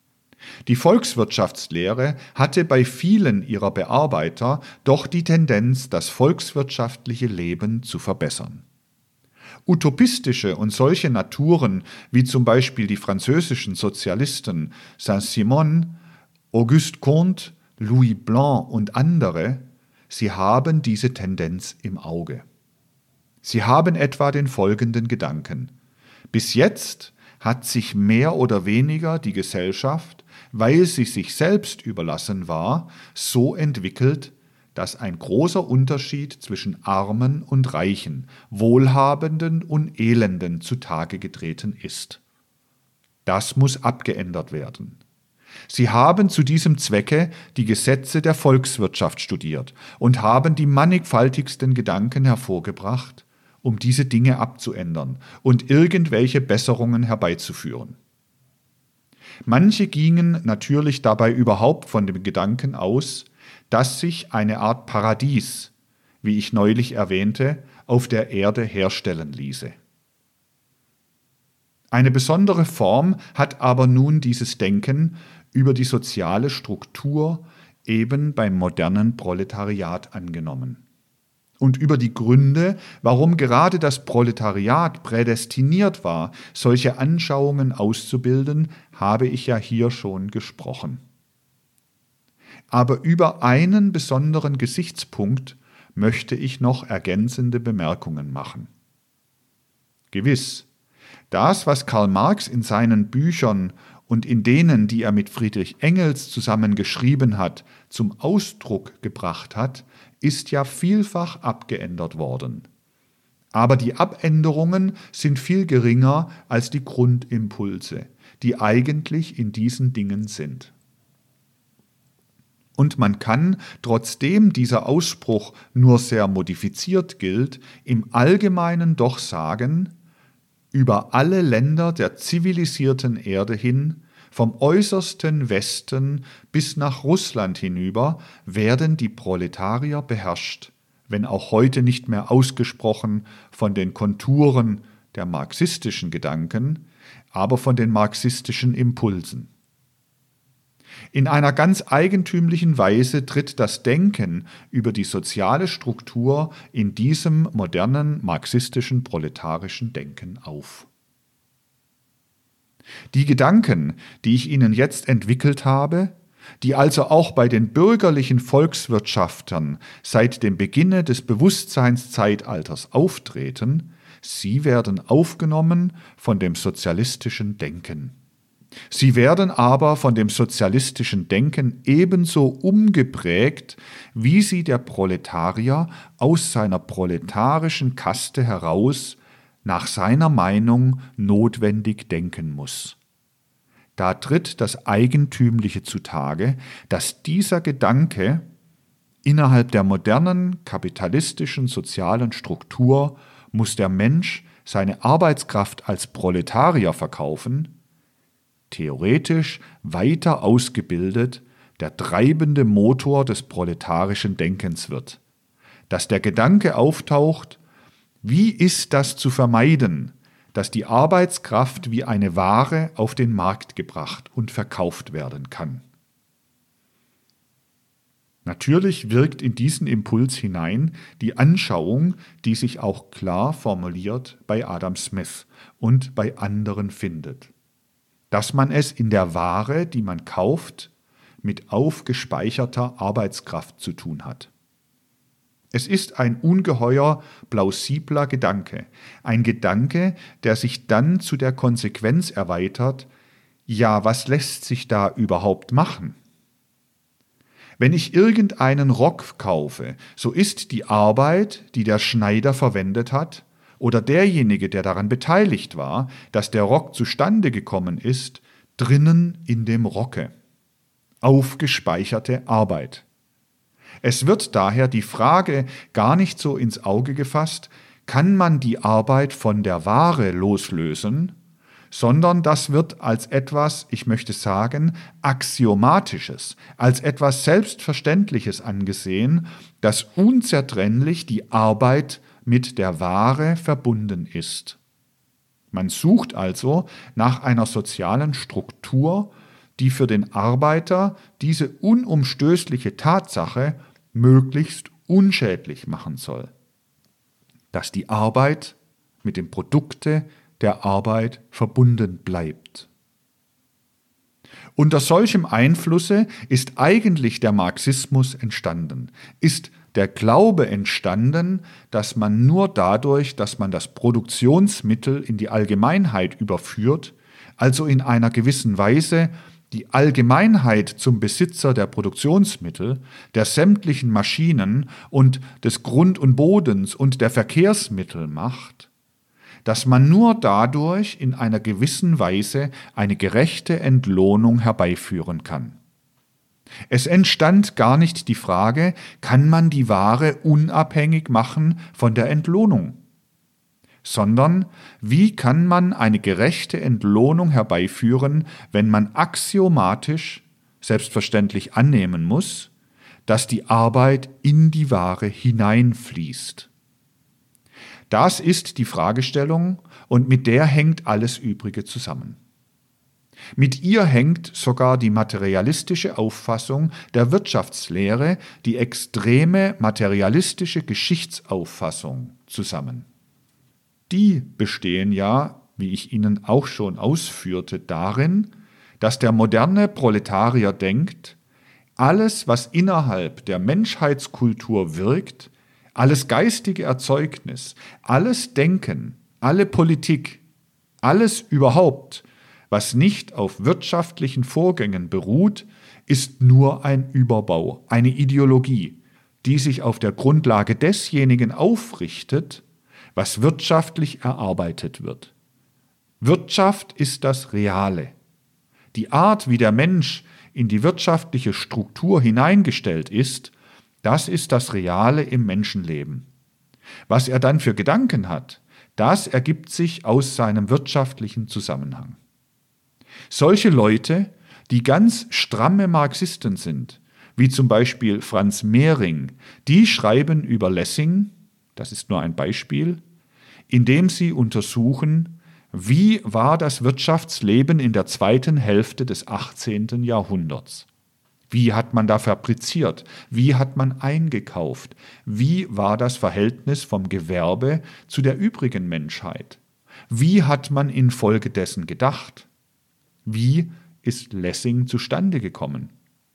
Die Volkswirtschaftslehre hatte bei vielen ihrer Bearbeiter doch die Tendenz, das volkswirtschaftliche Leben zu verbessern. Utopistische und solche Naturen wie zum Beispiel die französischen Sozialisten Saint-Simon, Auguste Comte, Louis Blanc und andere, sie haben diese Tendenz im Auge. Sie haben etwa den folgenden Gedanken: Bis jetzt hat sich mehr oder weniger die Gesellschaft, weil sie sich selbst überlassen war, so entwickelt, dass ein großer Unterschied zwischen Armen und Reichen, Wohlhabenden und Elenden zutage getreten ist. Das muss abgeändert werden. Sie haben zu diesem Zwecke die Gesetze der Volkswirtschaft studiert und haben die mannigfaltigsten Gedanken hervorgebracht, um diese Dinge abzuändern und irgendwelche Besserungen herbeizuführen. Manche gingen natürlich dabei überhaupt von dem Gedanken aus, dass sich eine Art Paradies, wie ich neulich erwähnte, auf der Erde herstellen ließe. Eine besondere Form hat aber nun dieses Denken über die soziale Struktur eben beim modernen Proletariat angenommen. Und über die Gründe, warum gerade das Proletariat prädestiniert war, solche Anschauungen auszubilden, habe ich ja hier schon gesprochen. Aber über einen besonderen Gesichtspunkt möchte ich noch ergänzende Bemerkungen machen. Gewiss, das, was Karl Marx in seinen Büchern und in denen, die er mit Friedrich Engels zusammen geschrieben hat, zum Ausdruck gebracht hat, ist ja vielfach abgeändert worden. Aber die Abänderungen sind viel geringer als die Grundimpulse, die eigentlich in diesen Dingen sind. Und man kann, trotzdem dieser Ausspruch nur sehr modifiziert gilt, im Allgemeinen doch sagen, über alle Länder der zivilisierten Erde hin, vom äußersten Westen bis nach Russland hinüber, werden die Proletarier beherrscht, wenn auch heute nicht mehr ausgesprochen von den Konturen der marxistischen Gedanken, aber von den marxistischen Impulsen. In einer ganz eigentümlichen Weise tritt das Denken über die soziale Struktur in diesem modernen marxistischen proletarischen Denken auf. Die Gedanken, die ich Ihnen jetzt entwickelt habe, die also auch bei den bürgerlichen Volkswirtschaftern seit dem Beginne des Bewusstseinszeitalters auftreten, sie werden aufgenommen von dem sozialistischen Denken. Sie werden aber von dem sozialistischen Denken ebenso umgeprägt, wie sie der Proletarier aus seiner proletarischen Kaste heraus nach seiner Meinung notwendig denken muss. Da tritt das Eigentümliche zutage, dass dieser Gedanke innerhalb der modernen kapitalistischen sozialen Struktur muss der Mensch seine Arbeitskraft als Proletarier verkaufen, theoretisch weiter ausgebildet, der treibende Motor des proletarischen Denkens wird, dass der Gedanke auftaucht, wie ist das zu vermeiden, dass die Arbeitskraft wie eine Ware auf den Markt gebracht und verkauft werden kann. Natürlich wirkt in diesen Impuls hinein die Anschauung, die sich auch klar formuliert bei Adam Smith und bei anderen findet, dass man es in der Ware, die man kauft, mit aufgespeicherter Arbeitskraft zu tun hat. Es ist ein ungeheuer plausibler Gedanke, ein Gedanke, der sich dann zu der Konsequenz erweitert, ja, was lässt sich da überhaupt machen? Wenn ich irgendeinen Rock kaufe, so ist die Arbeit, die der Schneider verwendet hat, oder derjenige, der daran beteiligt war, dass der Rock zustande gekommen ist, drinnen in dem Rocke. Aufgespeicherte Arbeit. Es wird daher die Frage gar nicht so ins Auge gefasst, kann man die Arbeit von der Ware loslösen, sondern das wird als etwas, ich möchte sagen, Axiomatisches, als etwas Selbstverständliches angesehen, das unzertrennlich die Arbeit mit der Ware verbunden ist. Man sucht also nach einer sozialen Struktur, die für den Arbeiter diese unumstößliche Tatsache möglichst unschädlich machen soll, dass die Arbeit mit dem Produkte der Arbeit verbunden bleibt. Unter solchem Einflusse ist eigentlich der Marxismus entstanden, ist der Glaube entstanden, dass man nur dadurch, dass man das Produktionsmittel in die Allgemeinheit überführt, also in einer gewissen Weise die Allgemeinheit zum Besitzer der Produktionsmittel, der sämtlichen Maschinen und des Grund und Bodens und der Verkehrsmittel macht, dass man nur dadurch in einer gewissen Weise eine gerechte Entlohnung herbeiführen kann. Es entstand gar nicht die Frage, kann man die Ware unabhängig machen von der Entlohnung, sondern wie kann man eine gerechte Entlohnung herbeiführen, wenn man axiomatisch selbstverständlich annehmen muss, dass die Arbeit in die Ware hineinfließt. Das ist die Fragestellung und mit der hängt alles Übrige zusammen. Mit ihr hängt sogar die materialistische Auffassung der Wirtschaftslehre, die extreme materialistische Geschichtsauffassung zusammen. Die bestehen ja, wie ich Ihnen auch schon ausführte, darin, dass der moderne Proletarier denkt, alles, was innerhalb der Menschheitskultur wirkt, alles geistige Erzeugnis, alles Denken, alle Politik, alles überhaupt, was nicht auf wirtschaftlichen Vorgängen beruht, ist nur ein Überbau, eine Ideologie, die sich auf der Grundlage desjenigen aufrichtet, was wirtschaftlich erarbeitet wird. Wirtschaft ist das Reale. Die Art, wie der Mensch in die wirtschaftliche Struktur hineingestellt ist, das ist das Reale im Menschenleben. Was er dann für Gedanken hat, das ergibt sich aus seinem wirtschaftlichen Zusammenhang. Solche Leute, die ganz stramme Marxisten sind, wie zum Beispiel Franz Mehring, die schreiben über Lessing, das ist nur ein Beispiel, indem sie untersuchen, wie war das Wirtschaftsleben in der zweiten Hälfte des achtzehnten Jahrhunderts. Wie hat man da fabriziert? Wie hat man eingekauft? Wie war das Verhältnis vom Gewerbe zu der übrigen Menschheit? Wie hat man infolgedessen gedacht? Wie ist Lessing zustande gekommen?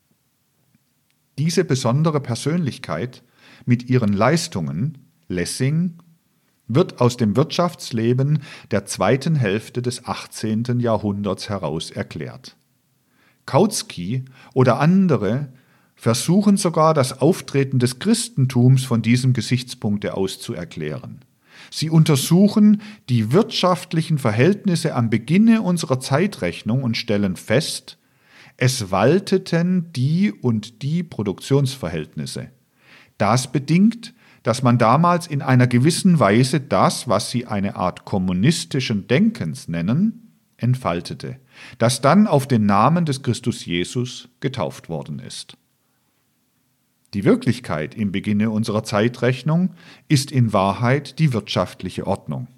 Diese besondere Persönlichkeit mit ihren Leistungen, Lessing, wird aus dem Wirtschaftsleben der zweiten Hälfte des achtzehnten Jahrhunderts heraus erklärt. Kautsky oder andere versuchen sogar, das Auftreten des Christentums von diesem Gesichtspunkte aus zu erklären. Sie untersuchen die wirtschaftlichen Verhältnisse am Beginne unserer Zeitrechnung und stellen fest, es walteten die und die Produktionsverhältnisse. Das bedingt, dass man damals in einer gewissen Weise das, was sie eine Art kommunistischen Denkens nennen, entfaltete, das dann auf den Namen des Christus Jesus getauft worden ist. Die Wirklichkeit im Beginne unserer Zeitrechnung ist in Wahrheit die wirtschaftliche Ordnung.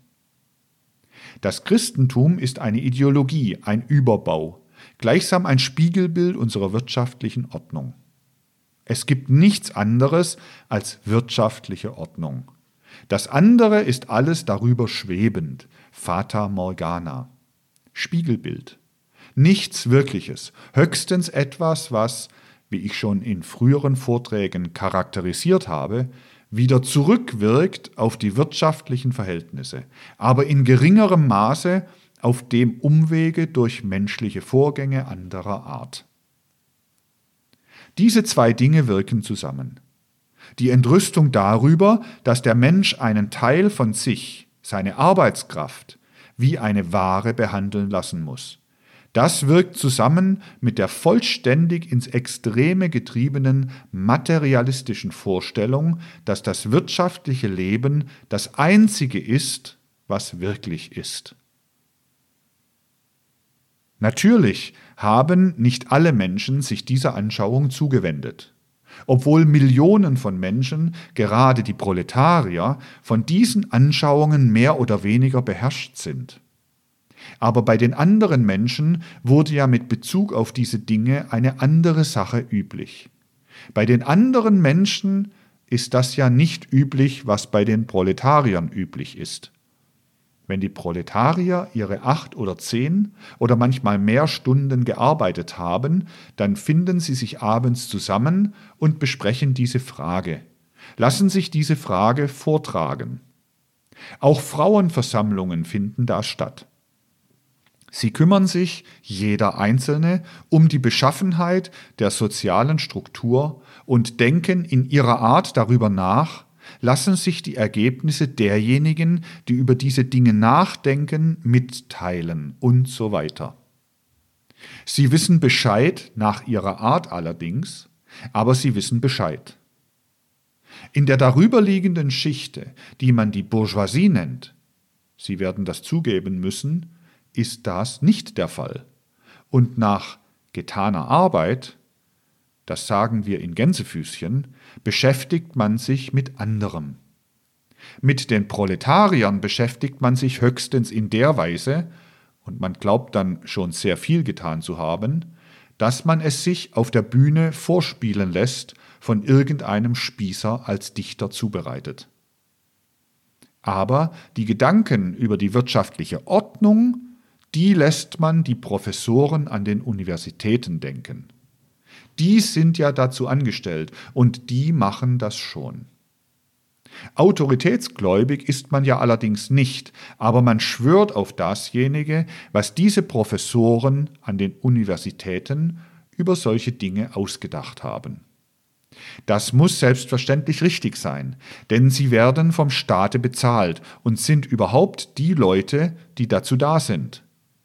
Das Christentum ist eine Ideologie, ein Überbau, gleichsam ein Spiegelbild unserer wirtschaftlichen Ordnung. Es gibt nichts anderes als wirtschaftliche Ordnung. Das andere ist alles darüber schwebend, Fata Morgana, Spiegelbild. Nichts Wirkliches, höchstens etwas, was, wie ich schon in früheren Vorträgen charakterisiert habe, wieder zurückwirkt auf die wirtschaftlichen Verhältnisse, aber in geringerem Maße auf dem Umwege durch menschliche Vorgänge anderer Art. Diese zwei Dinge wirken zusammen. Die Entrüstung darüber, dass der Mensch einen Teil von sich, seine Arbeitskraft, wie eine Ware behandeln lassen muss. Das wirkt zusammen mit der vollständig ins Extreme getriebenen materialistischen Vorstellung, dass das wirtschaftliche Leben das Einzige ist, was wirklich ist. Natürlich haben nicht alle Menschen sich dieser Anschauung zugewendet, obwohl Millionen von Menschen, gerade die Proletarier, von diesen Anschauungen mehr oder weniger beherrscht sind. Aber bei den anderen Menschen wurde ja mit Bezug auf diese Dinge eine andere Sache üblich. Bei den anderen Menschen ist das ja nicht üblich, was bei den Proletariern üblich ist. Wenn die Proletarier ihre acht oder zehn oder manchmal mehr Stunden gearbeitet haben, dann finden sie sich abends zusammen und besprechen diese Frage, lassen sich diese Frage vortragen. Auch Frauenversammlungen finden da statt. Sie kümmern sich, jeder Einzelne, um die Beschaffenheit der sozialen Struktur und denken in ihrer Art darüber nach, lassen sich die Ergebnisse derjenigen, die über diese Dinge nachdenken, mitteilen und so weiter. Sie wissen Bescheid, nach ihrer Art allerdings, aber sie wissen Bescheid. In der darüberliegenden Schichte, die man die Bourgeoisie nennt, Sie werden das zugeben müssen, ist das nicht der Fall. Und nach getaner Arbeit, das sagen wir in Gänsefüßchen, beschäftigt man sich mit anderem. Mit den Proletariern beschäftigt man sich höchstens in der Weise, und man glaubt dann schon sehr viel getan zu haben, dass man es sich auf der Bühne vorspielen lässt, von irgendeinem Spießer als Dichter zubereitet. Aber die Gedanken über die wirtschaftliche Ordnung, die lässt man die Professoren an den Universitäten denken. Die sind ja dazu angestellt und die machen das schon. Autoritätsgläubig ist man ja allerdings nicht, aber man schwört auf dasjenige, was diese Professoren an den Universitäten über solche Dinge ausgedacht haben. Das muss selbstverständlich richtig sein, denn sie werden vom Staate bezahlt und sind überhaupt die Leute, die dazu da sind.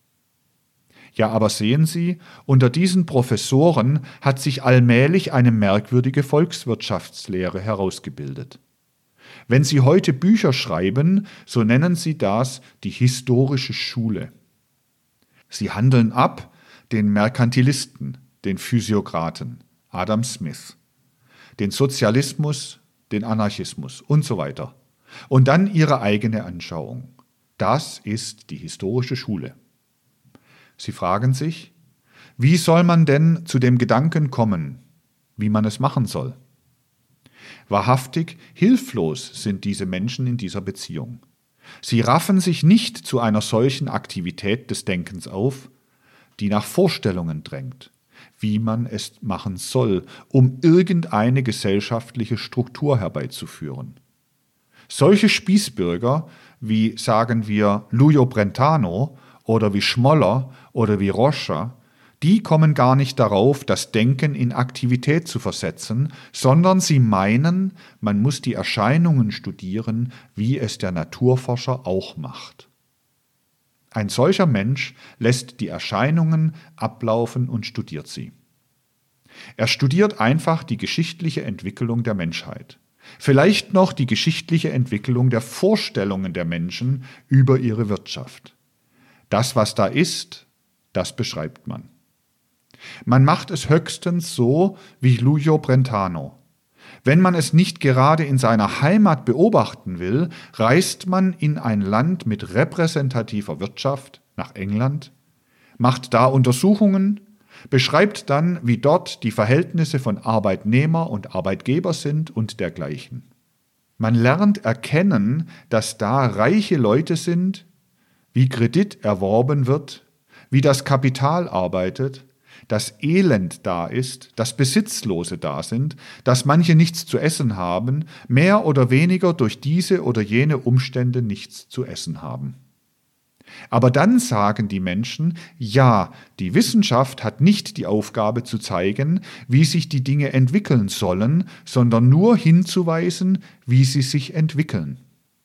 Ja, aber sehen Sie, unter diesen Professoren hat sich allmählich eine merkwürdige Volkswirtschaftslehre herausgebildet. Wenn Sie heute Bücher schreiben, so nennen Sie das die historische Schule. Sie handeln ab den Merkantilisten, den Physiokraten, Adam Smith, den Sozialismus, den Anarchismus und so weiter. Und dann ihre eigene Anschauung. Das ist die historische Schule. Sie fragen sich, wie soll man denn zu dem Gedanken kommen, wie man es machen soll? Wahrhaftig hilflos sind diese Menschen in dieser Beziehung. Sie raffen sich nicht zu einer solchen Aktivität des Denkens auf, die nach Vorstellungen drängt, wie man es machen soll, um irgendeine gesellschaftliche Struktur herbeizuführen. Solche Spießbürger wie, sagen wir, Lujo Brentano oder wie Schmoller oder wie Roscher, die kommen gar nicht darauf, das Denken in Aktivität zu versetzen, sondern sie meinen, man muss die Erscheinungen studieren, wie es der Naturforscher auch macht. Ein solcher Mensch lässt die Erscheinungen ablaufen und studiert sie. Er studiert einfach die geschichtliche Entwicklung der Menschheit. Vielleicht noch die geschichtliche Entwicklung der Vorstellungen der Menschen über ihre Wirtschaft. Das, was da ist, das beschreibt man. Man macht es höchstens so wie Lujo Brentano. Wenn man es nicht gerade in seiner Heimat beobachten will, reist man in ein Land mit repräsentativer Wirtschaft, nach England, macht da Untersuchungen, beschreibt dann, wie dort die Verhältnisse von Arbeitnehmer und Arbeitgeber sind und dergleichen. Man lernt erkennen, dass da reiche Leute sind, wie Kredit erworben wird, wie das Kapital arbeitet, dass Elend da ist, dass Besitzlose da sind, dass manche nichts zu essen haben, mehr oder weniger durch diese oder jene Umstände nichts zu essen haben. Aber dann sagen die Menschen, ja, die Wissenschaft hat nicht die Aufgabe zu zeigen, wie sich die Dinge entwickeln sollen, sondern nur hinzuweisen, wie sie sich entwickeln.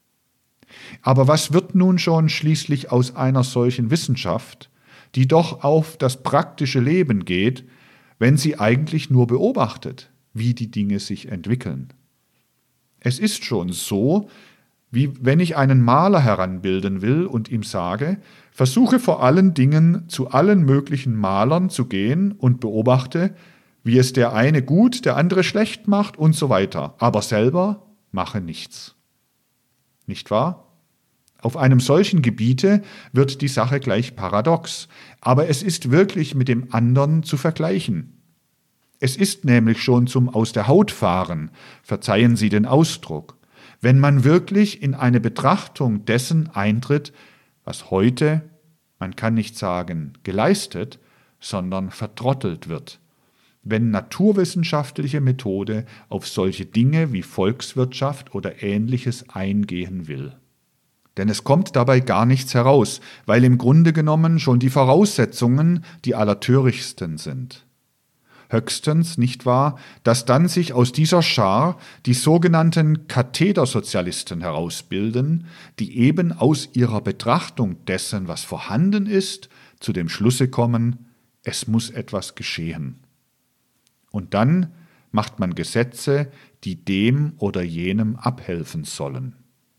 Aber was wird nun schon schließlich aus einer solchen Wissenschaft, die doch auf das praktische Leben geht, wenn sie eigentlich nur beobachtet, wie die Dinge sich entwickeln? Es ist schon so, wie wenn ich einen Maler heranbilden will und ihm sage, versuche vor allen Dingen zu allen möglichen Malern zu gehen und beobachte, wie es der eine gut, der andere schlecht macht und so weiter, aber selber mache nichts. Nicht wahr? Auf einem solchen Gebiete wird die Sache gleich paradox, aber es ist wirklich mit dem anderen zu vergleichen. Es ist nämlich schon zum Aus der Haut fahren, verzeihen Sie den Ausdruck, wenn man wirklich in eine Betrachtung dessen eintritt, was heute, man kann nicht sagen geleistet, sondern vertrottelt wird, wenn naturwissenschaftliche Methode auf solche Dinge wie Volkswirtschaft oder Ähnliches eingehen will. Denn es kommt dabei gar nichts heraus, weil im Grunde genommen schon die Voraussetzungen die allertörichtsten sind. Höchstens, nicht wahr, dass dann sich aus dieser Schar die sogenannten Kathedersozialisten herausbilden, die eben aus ihrer Betrachtung dessen, was vorhanden ist, zu dem Schlusse kommen, es muss etwas geschehen. Und dann macht man Gesetze, die dem oder jenem abhelfen sollen.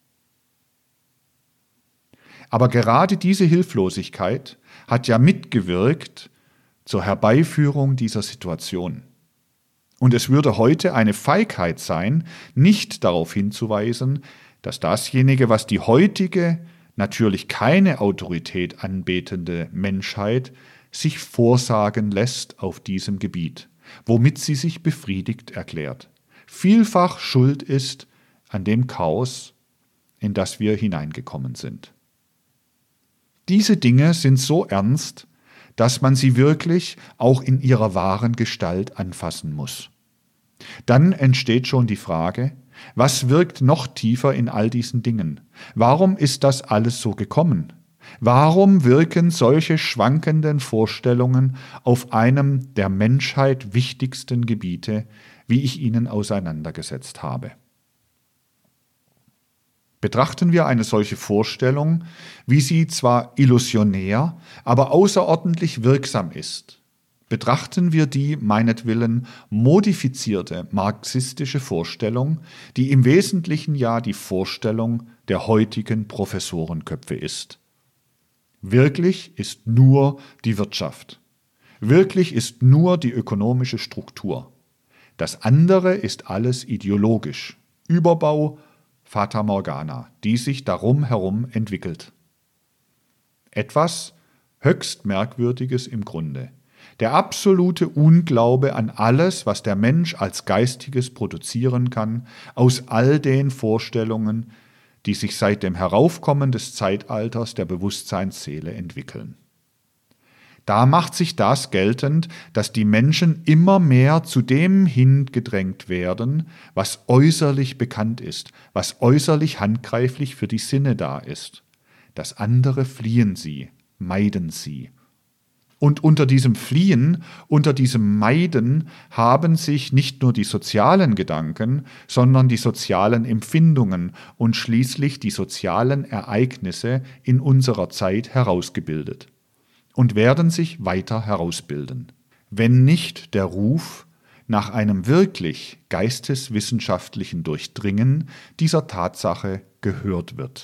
Aber gerade diese Hilflosigkeit hat ja mitgewirkt zur Herbeiführung dieser Situation. Und es würde heute eine Feigheit sein, nicht darauf hinzuweisen, dass dasjenige, was die heutige, natürlich keine Autorität anbetende Menschheit sich vorsagen lässt auf diesem Gebiet, womit sie sich befriedigt erklärt, vielfach schuld ist an dem Chaos, in das wir hineingekommen sind. Diese Dinge sind so ernst, dass man sie wirklich auch in ihrer wahren Gestalt anfassen muss. Dann entsteht schon die Frage, was wirkt noch tiefer in all diesen Dingen? Warum ist das alles so gekommen? Warum wirken solche schwankenden Vorstellungen auf einem der Menschheit wichtigsten Gebiete, wie ich ihnen auseinandergesetzt habe? Betrachten wir eine solche Vorstellung, wie sie zwar illusionär, aber außerordentlich wirksam ist. Betrachten wir die meinetwillen modifizierte marxistische Vorstellung, die im Wesentlichen ja die Vorstellung der heutigen Professorenköpfe ist. Wirklich ist nur die Wirtschaft. Wirklich ist nur die ökonomische Struktur. Das andere ist alles ideologisch. Überbau, Fata Morgana, die sich darum herum entwickelt. Etwas höchst Merkwürdiges im Grunde. Der absolute Unglaube an alles, was der Mensch als Geistiges produzieren kann, aus all den Vorstellungen, die sich seit dem Heraufkommen des Zeitalters der Bewusstseinsseele entwickeln. Da macht sich das geltend, dass die Menschen immer mehr zu dem hingedrängt werden, was äußerlich bekannt ist, was äußerlich handgreiflich für die Sinne da ist. Das andere fliehen sie, meiden sie. Und unter diesem Fliehen, unter diesem Meiden haben sich nicht nur die sozialen Gedanken, sondern die sozialen Empfindungen und schließlich die sozialen Ereignisse in unserer Zeit herausgebildet und werden sich weiter herausbilden, wenn nicht der Ruf nach einem wirklich geisteswissenschaftlichen Durchdringen dieser Tatsache gehört wird.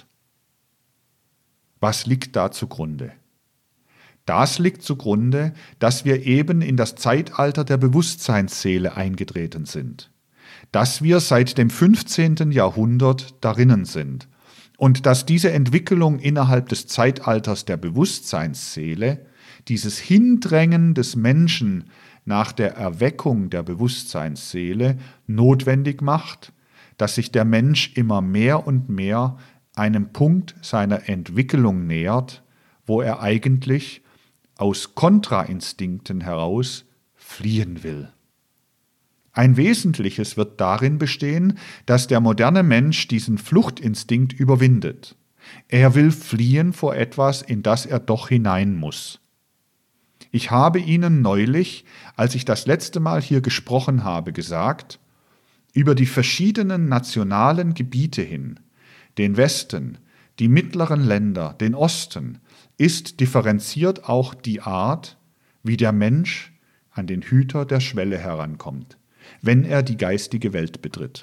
Was liegt da zugrunde? Das liegt zugrunde, dass wir eben in das Zeitalter der Bewusstseinsseele eingetreten sind, dass wir seit dem fünfzehnten Jahrhundert darinnen sind und dass diese Entwicklung innerhalb des Zeitalters der Bewusstseinsseele, dieses Hindrängen des Menschen nach der Erweckung der Bewusstseinsseele notwendig macht, dass sich der Mensch immer mehr und mehr einem Punkt seiner Entwicklung nähert, wo er eigentlich aus Kontrainstinkten heraus fliehen will. Ein Wesentliches wird darin bestehen, dass der moderne Mensch diesen Fluchtinstinkt überwindet. Er will fliehen vor etwas, in das er doch hinein muss. Ich habe Ihnen neulich, als ich das letzte Mal hier gesprochen habe, gesagt, über die verschiedenen nationalen Gebiete hin, den Westen, die mittleren Länder, den Osten, ist differenziert auch die Art, wie der Mensch an den Hüter der Schwelle herankommt, wenn er die geistige Welt betritt.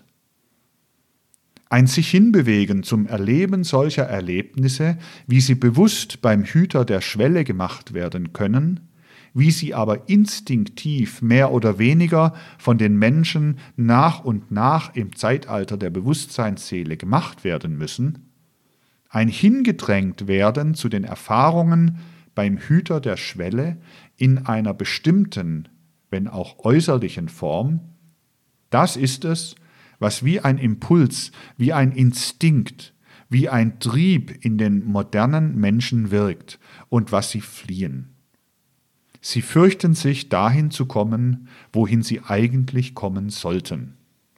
Ein sich hinbewegen zum Erleben solcher Erlebnisse, wie sie bewusst beim Hüter der Schwelle gemacht werden können, wie sie aber instinktiv mehr oder weniger von den Menschen nach und nach im Zeitalter der Bewusstseinsseele gemacht werden müssen, ein hingedrängt werden zu den Erfahrungen beim Hüter der Schwelle in einer bestimmten, wenn auch äußerlichen Form, das ist es, was wie ein Impuls, wie ein Instinkt, wie ein Trieb in den modernen Menschen wirkt und was sie fliehen. Sie fürchten sich, dahin zu kommen, wohin sie eigentlich kommen sollten.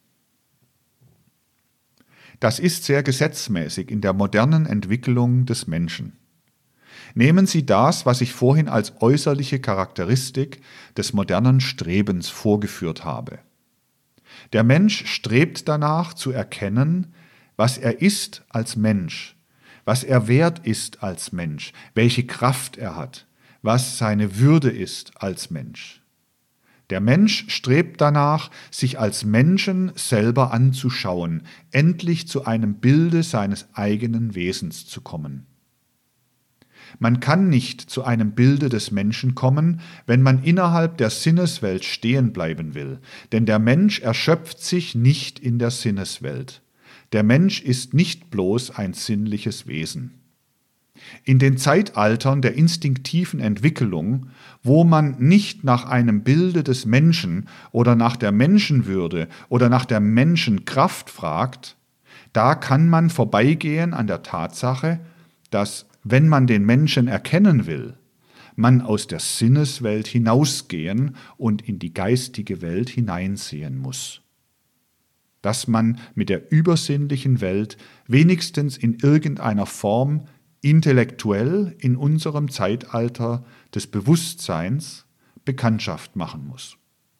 Das ist sehr gesetzmäßig in der modernen Entwicklung des Menschen. Nehmen Sie das, was ich vorhin als äußerliche Charakteristik des modernen Strebens vorgeführt habe. Der Mensch strebt danach zu erkennen, was er ist als Mensch, was er wert ist als Mensch, welche Kraft er hat, was seine Würde ist als Mensch. Der Mensch strebt danach, sich als Menschen selber anzuschauen, endlich zu einem Bilde seines eigenen Wesens zu kommen. Man kann nicht zu einem Bilde des Menschen kommen, wenn man innerhalb der Sinneswelt stehen bleiben will, denn der Mensch erschöpft sich nicht in der Sinneswelt. Der Mensch ist nicht bloß ein sinnliches Wesen. In den Zeitaltern der instinktiven Entwicklung, wo man nicht nach einem Bilde des Menschen oder nach der Menschenwürde oder nach der Menschenkraft fragt, da kann man vorbeigehen an der Tatsache, dass, wenn man den Menschen erkennen will, man aus der Sinneswelt hinausgehen und in die geistige Welt hineinsehen muss. Dass man mit der übersinnlichen Welt wenigstens in irgendeiner Form intellektuell in unserem Zeitalter des Bewusstseins Bekanntschaft machen muss.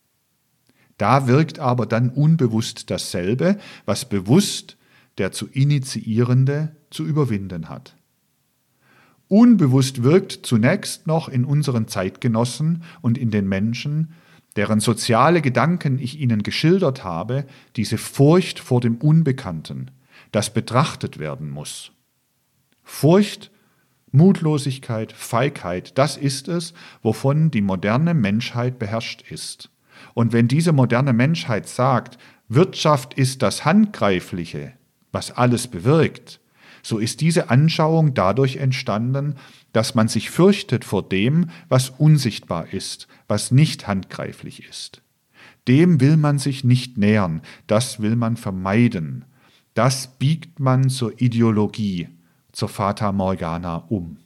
Da wirkt aber dann unbewusst dasselbe, was bewusst der zu Initiierende zu überwinden hat. Unbewusst wirkt zunächst noch in unseren Zeitgenossen und in den Menschen, deren soziale Gedanken ich Ihnen geschildert habe, diese Furcht vor dem Unbekannten, das betrachtet werden muss. Furcht, Mutlosigkeit, Feigheit, das ist es, wovon die moderne Menschheit beherrscht ist. Und wenn diese moderne Menschheit sagt, Wirtschaft ist das Handgreifliche, was alles bewirkt, so ist diese Anschauung dadurch entstanden, dass man sich fürchtet vor dem, was unsichtbar ist, was nicht handgreiflich ist. Dem will man sich nicht nähern, das will man vermeiden. Das biegt man zur Ideologie, zur Fata Morgana um.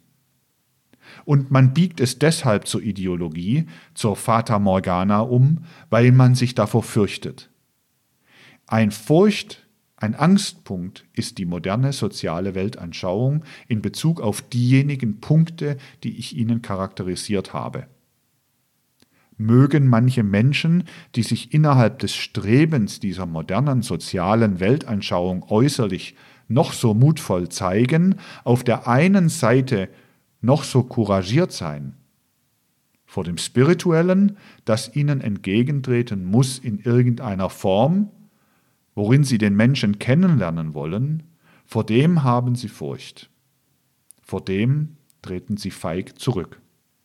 Und man biegt es deshalb zur Ideologie, zur Fata Morgana um, weil man sich davor fürchtet. Ein Furcht, ein Angstpunkt ist die moderne soziale Weltanschauung in Bezug auf diejenigen Punkte, die ich Ihnen charakterisiert habe. Mögen manche Menschen, die sich innerhalb des Strebens dieser modernen sozialen Weltanschauung äußerlich noch so mutvoll zeigen, auf der einen Seite noch so couragiert sein. Vor dem Spirituellen, das ihnen entgegentreten muss in irgendeiner Form, worin sie den Menschen kennenlernen wollen, vor dem haben sie Furcht. Vor dem treten sie feig zurück.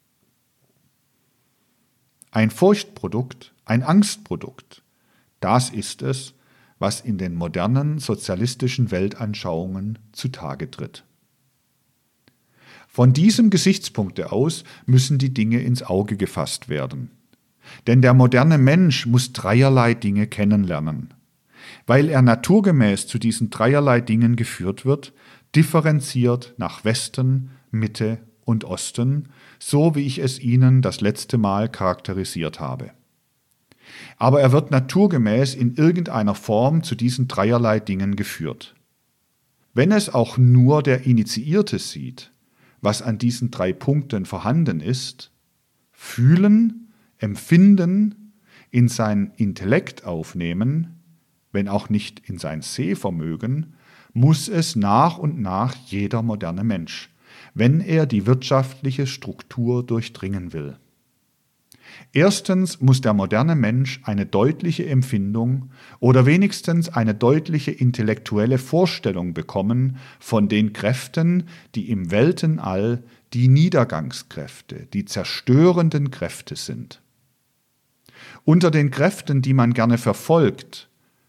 Ein Furchtprodukt, ein Angstprodukt, das ist es, was in den modernen sozialistischen Weltanschauungen zutage tritt. Von diesem Gesichtspunkte aus müssen die Dinge ins Auge gefasst werden. Denn der moderne Mensch muss dreierlei Dinge kennenlernen. Weil er naturgemäß zu diesen dreierlei Dingen geführt wird, differenziert nach Westen, Mitte und Osten, so wie ich es Ihnen das letzte Mal charakterisiert habe. Aber er wird naturgemäß in irgendeiner Form zu diesen dreierlei Dingen geführt. Wenn es auch nur der Initiierte sieht, was an diesen drei Punkten vorhanden ist, fühlen, empfinden, in sein Intellekt aufnehmen, wenn auch nicht in sein Sehvermögen, muss es nach und nach jeder moderne Mensch, wenn er die wirtschaftliche Struktur durchdringen will. Erstens muss der moderne Mensch eine deutliche Empfindung oder wenigstens eine deutliche intellektuelle Vorstellung bekommen von den Kräften, die im Weltenall die Niedergangskräfte, die zerstörenden Kräfte sind. Unter den Kräften, die man gerne verfolgt,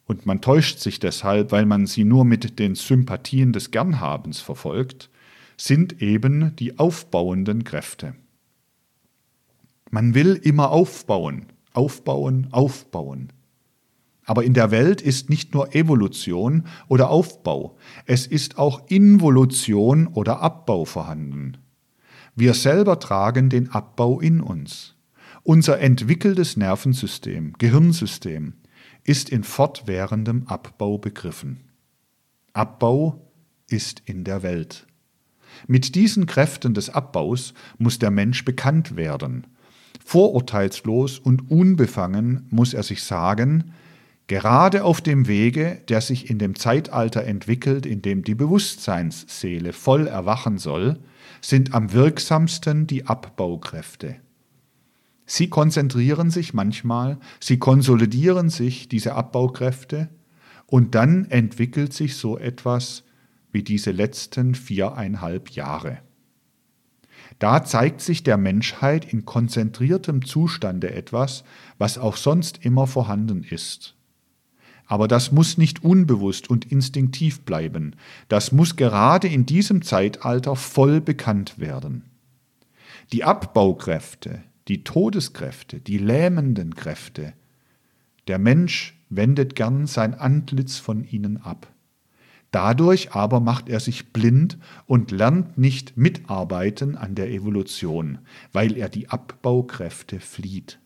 und man täuscht sich deshalb, weil man sie nur mit den Sympathien des Gernhabens verfolgt, sind eben die aufbauenden Kräfte. Man will immer aufbauen, aufbauen, aufbauen. Aber in der Welt ist nicht nur Evolution oder Aufbau, es ist auch Involution oder Abbau vorhanden. Wir selber tragen den Abbau in uns. Unser entwickeltes Nervensystem, Gehirnsystem, ist in fortwährendem Abbau begriffen. Abbau ist in der Welt. Mit diesen Kräften des Abbaus muss der Mensch bekannt werden. Vorurteilslos und unbefangen muss er sich sagen, gerade auf dem Wege, der sich in dem Zeitalter entwickelt, in dem die Bewusstseinsseele voll erwachen soll, sind am wirksamsten die Abbaukräfte. Sie konzentrieren sich manchmal, sie konsolidieren sich, diese Abbaukräfte, und dann entwickelt sich so etwas wie diese letzten viereinhalb Jahre. Da zeigt sich der Menschheit in konzentriertem Zustande etwas, was auch sonst immer vorhanden ist. Aber das muss nicht unbewusst und instinktiv bleiben, das muss gerade in diesem Zeitalter voll bekannt werden. Die Abbaukräfte, die Todeskräfte, die lähmenden Kräfte, der Mensch wendet gern sein Antlitz von ihnen ab. Dadurch aber macht er sich blind und lernt nicht mitarbeiten an der Evolution, weil er die Abbaukräfte flieht.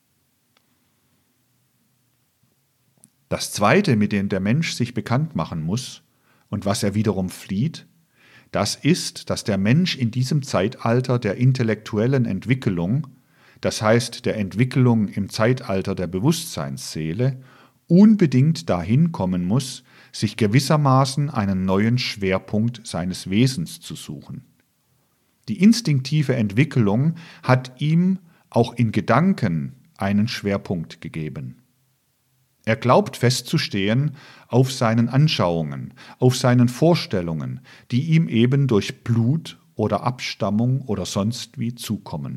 Das Zweite, mit dem der Mensch sich bekannt machen muss und was er wiederum flieht, das ist, dass der Mensch in diesem Zeitalter der intellektuellen Entwicklung, das heißt der Entwicklung im Zeitalter der Bewusstseinsseele, unbedingt dahin kommen muss, sich gewissermaßen einen neuen Schwerpunkt seines Wesens zu suchen. Die instinktive Entwicklung hat ihm auch in Gedanken einen Schwerpunkt gegeben. Er glaubt festzustehen auf seinen Anschauungen, auf seinen Vorstellungen, die ihm eben durch Blut oder Abstammung oder sonst wie zukommen.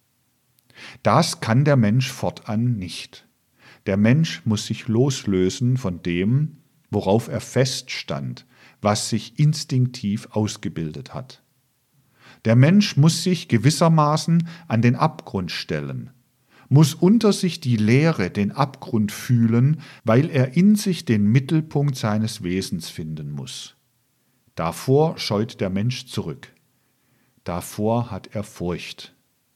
Das kann der Mensch fortan nicht. Der Mensch muss sich loslösen von dem, worauf er feststand, was sich instinktiv ausgebildet hat. Der Mensch muss sich gewissermaßen an den Abgrund stellen, muss unter sich die Leere, den Abgrund fühlen, weil er in sich den Mittelpunkt seines Wesens finden muss. Davor scheut der Mensch zurück. Davor hat er Furcht.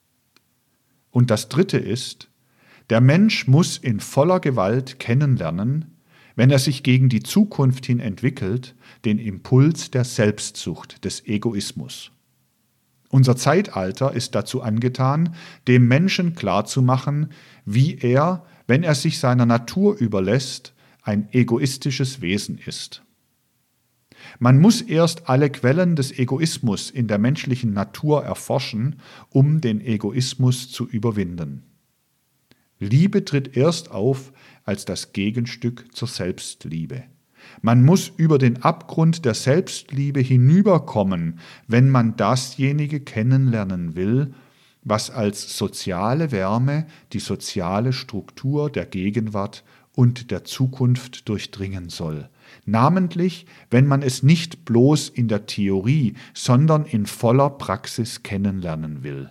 Und das Dritte ist, der Mensch muss in voller Gewalt kennenlernen, wenn er sich gegen die Zukunft hin entwickelt, den Impuls der Selbstsucht, des Egoismus. Unser Zeitalter ist dazu angetan, dem Menschen klarzumachen, wie er, wenn er sich seiner Natur überlässt, ein egoistisches Wesen ist. Man muss erst alle Quellen des Egoismus in der menschlichen Natur erforschen, um den Egoismus zu überwinden. Liebe tritt erst auf als das Gegenstück zur Selbstliebe. Man muss über den Abgrund der Selbstliebe hinüberkommen, wenn man dasjenige kennenlernen will, was als soziale Wärme die soziale Struktur der Gegenwart und der Zukunft durchdringen soll. Namentlich, wenn man es nicht bloß in der Theorie, sondern in voller Praxis kennenlernen will.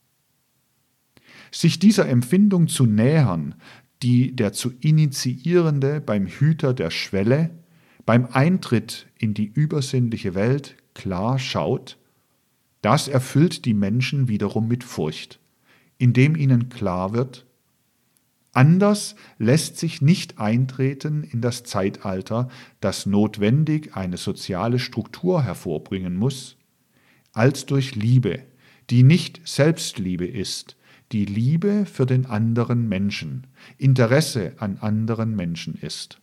Sich dieser Empfindung zu nähern, die der zu Initiierende beim Hüter der Schwelle, beim Eintritt in die übersinnliche Welt klar schaut, das erfüllt die Menschen wiederum mit Furcht, indem ihnen klar wird, anders lässt sich nicht eintreten in das Zeitalter, das notwendig eine soziale Struktur hervorbringen muss, als durch Liebe, die nicht Selbstliebe ist, die Liebe für den anderen Menschen, Interesse an anderen Menschen ist.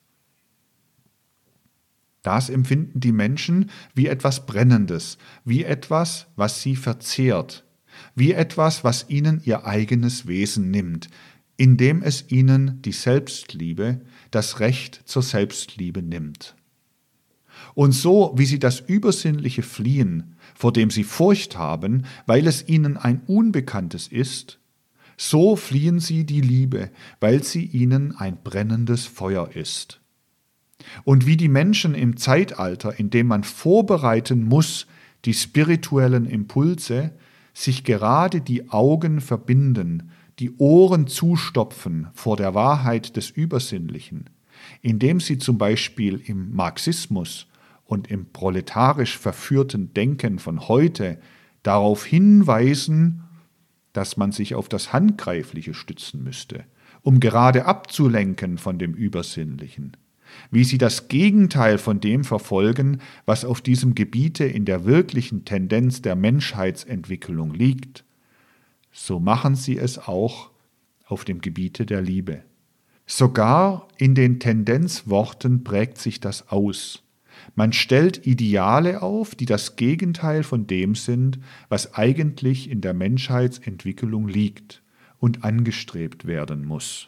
Das empfinden die Menschen wie etwas Brennendes, wie etwas, was sie verzehrt, wie etwas, was ihnen ihr eigenes Wesen nimmt, indem es ihnen die Selbstliebe, das Recht zur Selbstliebe nimmt. Und so, wie sie das Übersinnliche fliehen, vor dem sie Furcht haben, weil es ihnen ein Unbekanntes ist, so fliehen sie die Liebe, weil sie ihnen ein brennendes Feuer ist. Und wie die Menschen im Zeitalter, in dem man vorbereiten muss, die spirituellen Impulse, sich gerade die Augen verbinden, die Ohren zustopfen vor der Wahrheit des Übersinnlichen, indem sie zum Beispiel im Marxismus und im proletarisch verführten Denken von heute darauf hinweisen, dass man sich auf das Handgreifliche stützen müsste, um gerade abzulenken von dem Übersinnlichen, wie sie das Gegenteil von dem verfolgen, was auf diesem Gebiete in der wirklichen Tendenz der Menschheitsentwicklung liegt, so machen sie es auch auf dem Gebiete der Liebe. Sogar in den Tendenzworten prägt sich das aus. Man stellt Ideale auf, die das Gegenteil von dem sind, was eigentlich in der Menschheitsentwicklung liegt und angestrebt werden muss.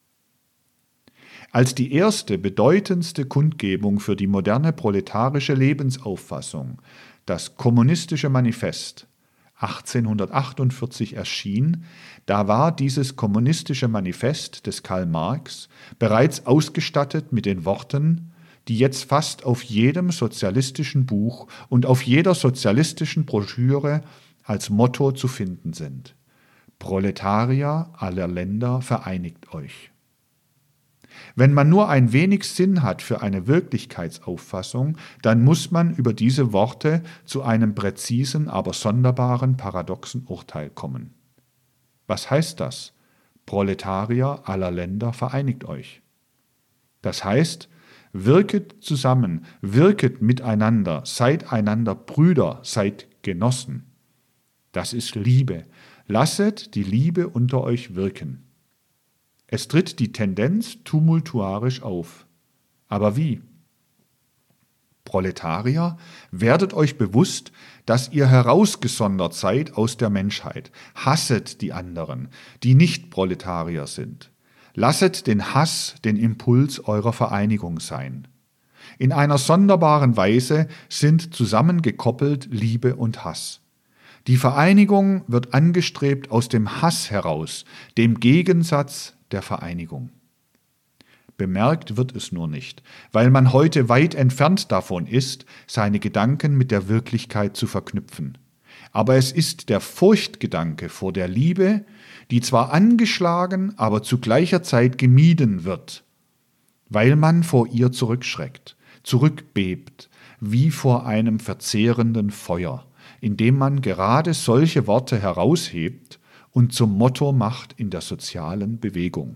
Als die erste, bedeutendste Kundgebung für die moderne proletarische Lebensauffassung, das Kommunistische Manifest, achtzehnhundertachtundvierzig erschien, da war dieses kommunistische Manifest des Karl Marx bereits ausgestattet mit den Worten, die jetzt fast auf jedem sozialistischen Buch und auf jeder sozialistischen Broschüre als Motto zu finden sind: Proletarier aller Länder, vereinigt euch. Wenn man nur ein wenig Sinn hat für eine Wirklichkeitsauffassung, dann muss man über diese Worte zu einem präzisen, aber sonderbaren, paradoxen Urteil kommen. Was heißt das? Proletarier aller Länder, vereinigt euch. Das heißt, wirket zusammen, wirket miteinander, seid einander Brüder, seid Genossen. Das ist Liebe. Lasset die Liebe unter euch wirken. Es tritt die Tendenz tumultuarisch auf. Aber wie? Proletarier, werdet euch bewusst, dass ihr herausgesondert seid aus der Menschheit. Hasset die anderen, die nicht Proletarier sind. Lasset den Hass den Impuls eurer Vereinigung sein. In einer sonderbaren Weise sind zusammengekoppelt Liebe und Hass. Die Vereinigung wird angestrebt aus dem Hass heraus, dem Gegensatz der Vereinigung. Bemerkt wird es nur nicht, weil man heute weit entfernt davon ist, seine Gedanken mit der Wirklichkeit zu verknüpfen. Aber es ist der Furchtgedanke vor der Liebe, die zwar angeschlagen, aber zu gleicher Zeit gemieden wird, weil man vor ihr zurückschreckt, zurückbebt, wie vor einem verzehrenden Feuer, indem man gerade solche Worte heraushebt und zum Motto macht in der sozialen Bewegung.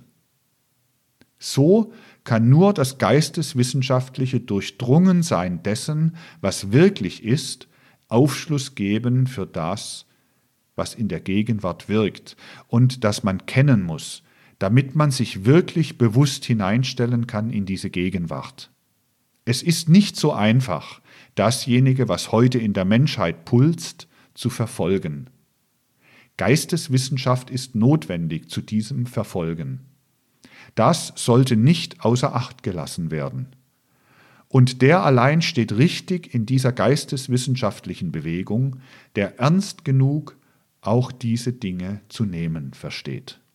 So kann nur das geisteswissenschaftliche Durchdrungensein dessen, was wirklich ist, Aufschluss geben für das, was in der Gegenwart wirkt und das man kennen muss, damit man sich wirklich bewusst hineinstellen kann in diese Gegenwart. Es ist nicht so einfach, dasjenige, was heute in der Menschheit pulst, zu verfolgen. Geisteswissenschaft ist notwendig zu diesem Verfolgen. Das sollte nicht außer Acht gelassen werden. Und der allein steht richtig in dieser geisteswissenschaftlichen Bewegung, der ernst genug auch diese Dinge zu nehmen versteht.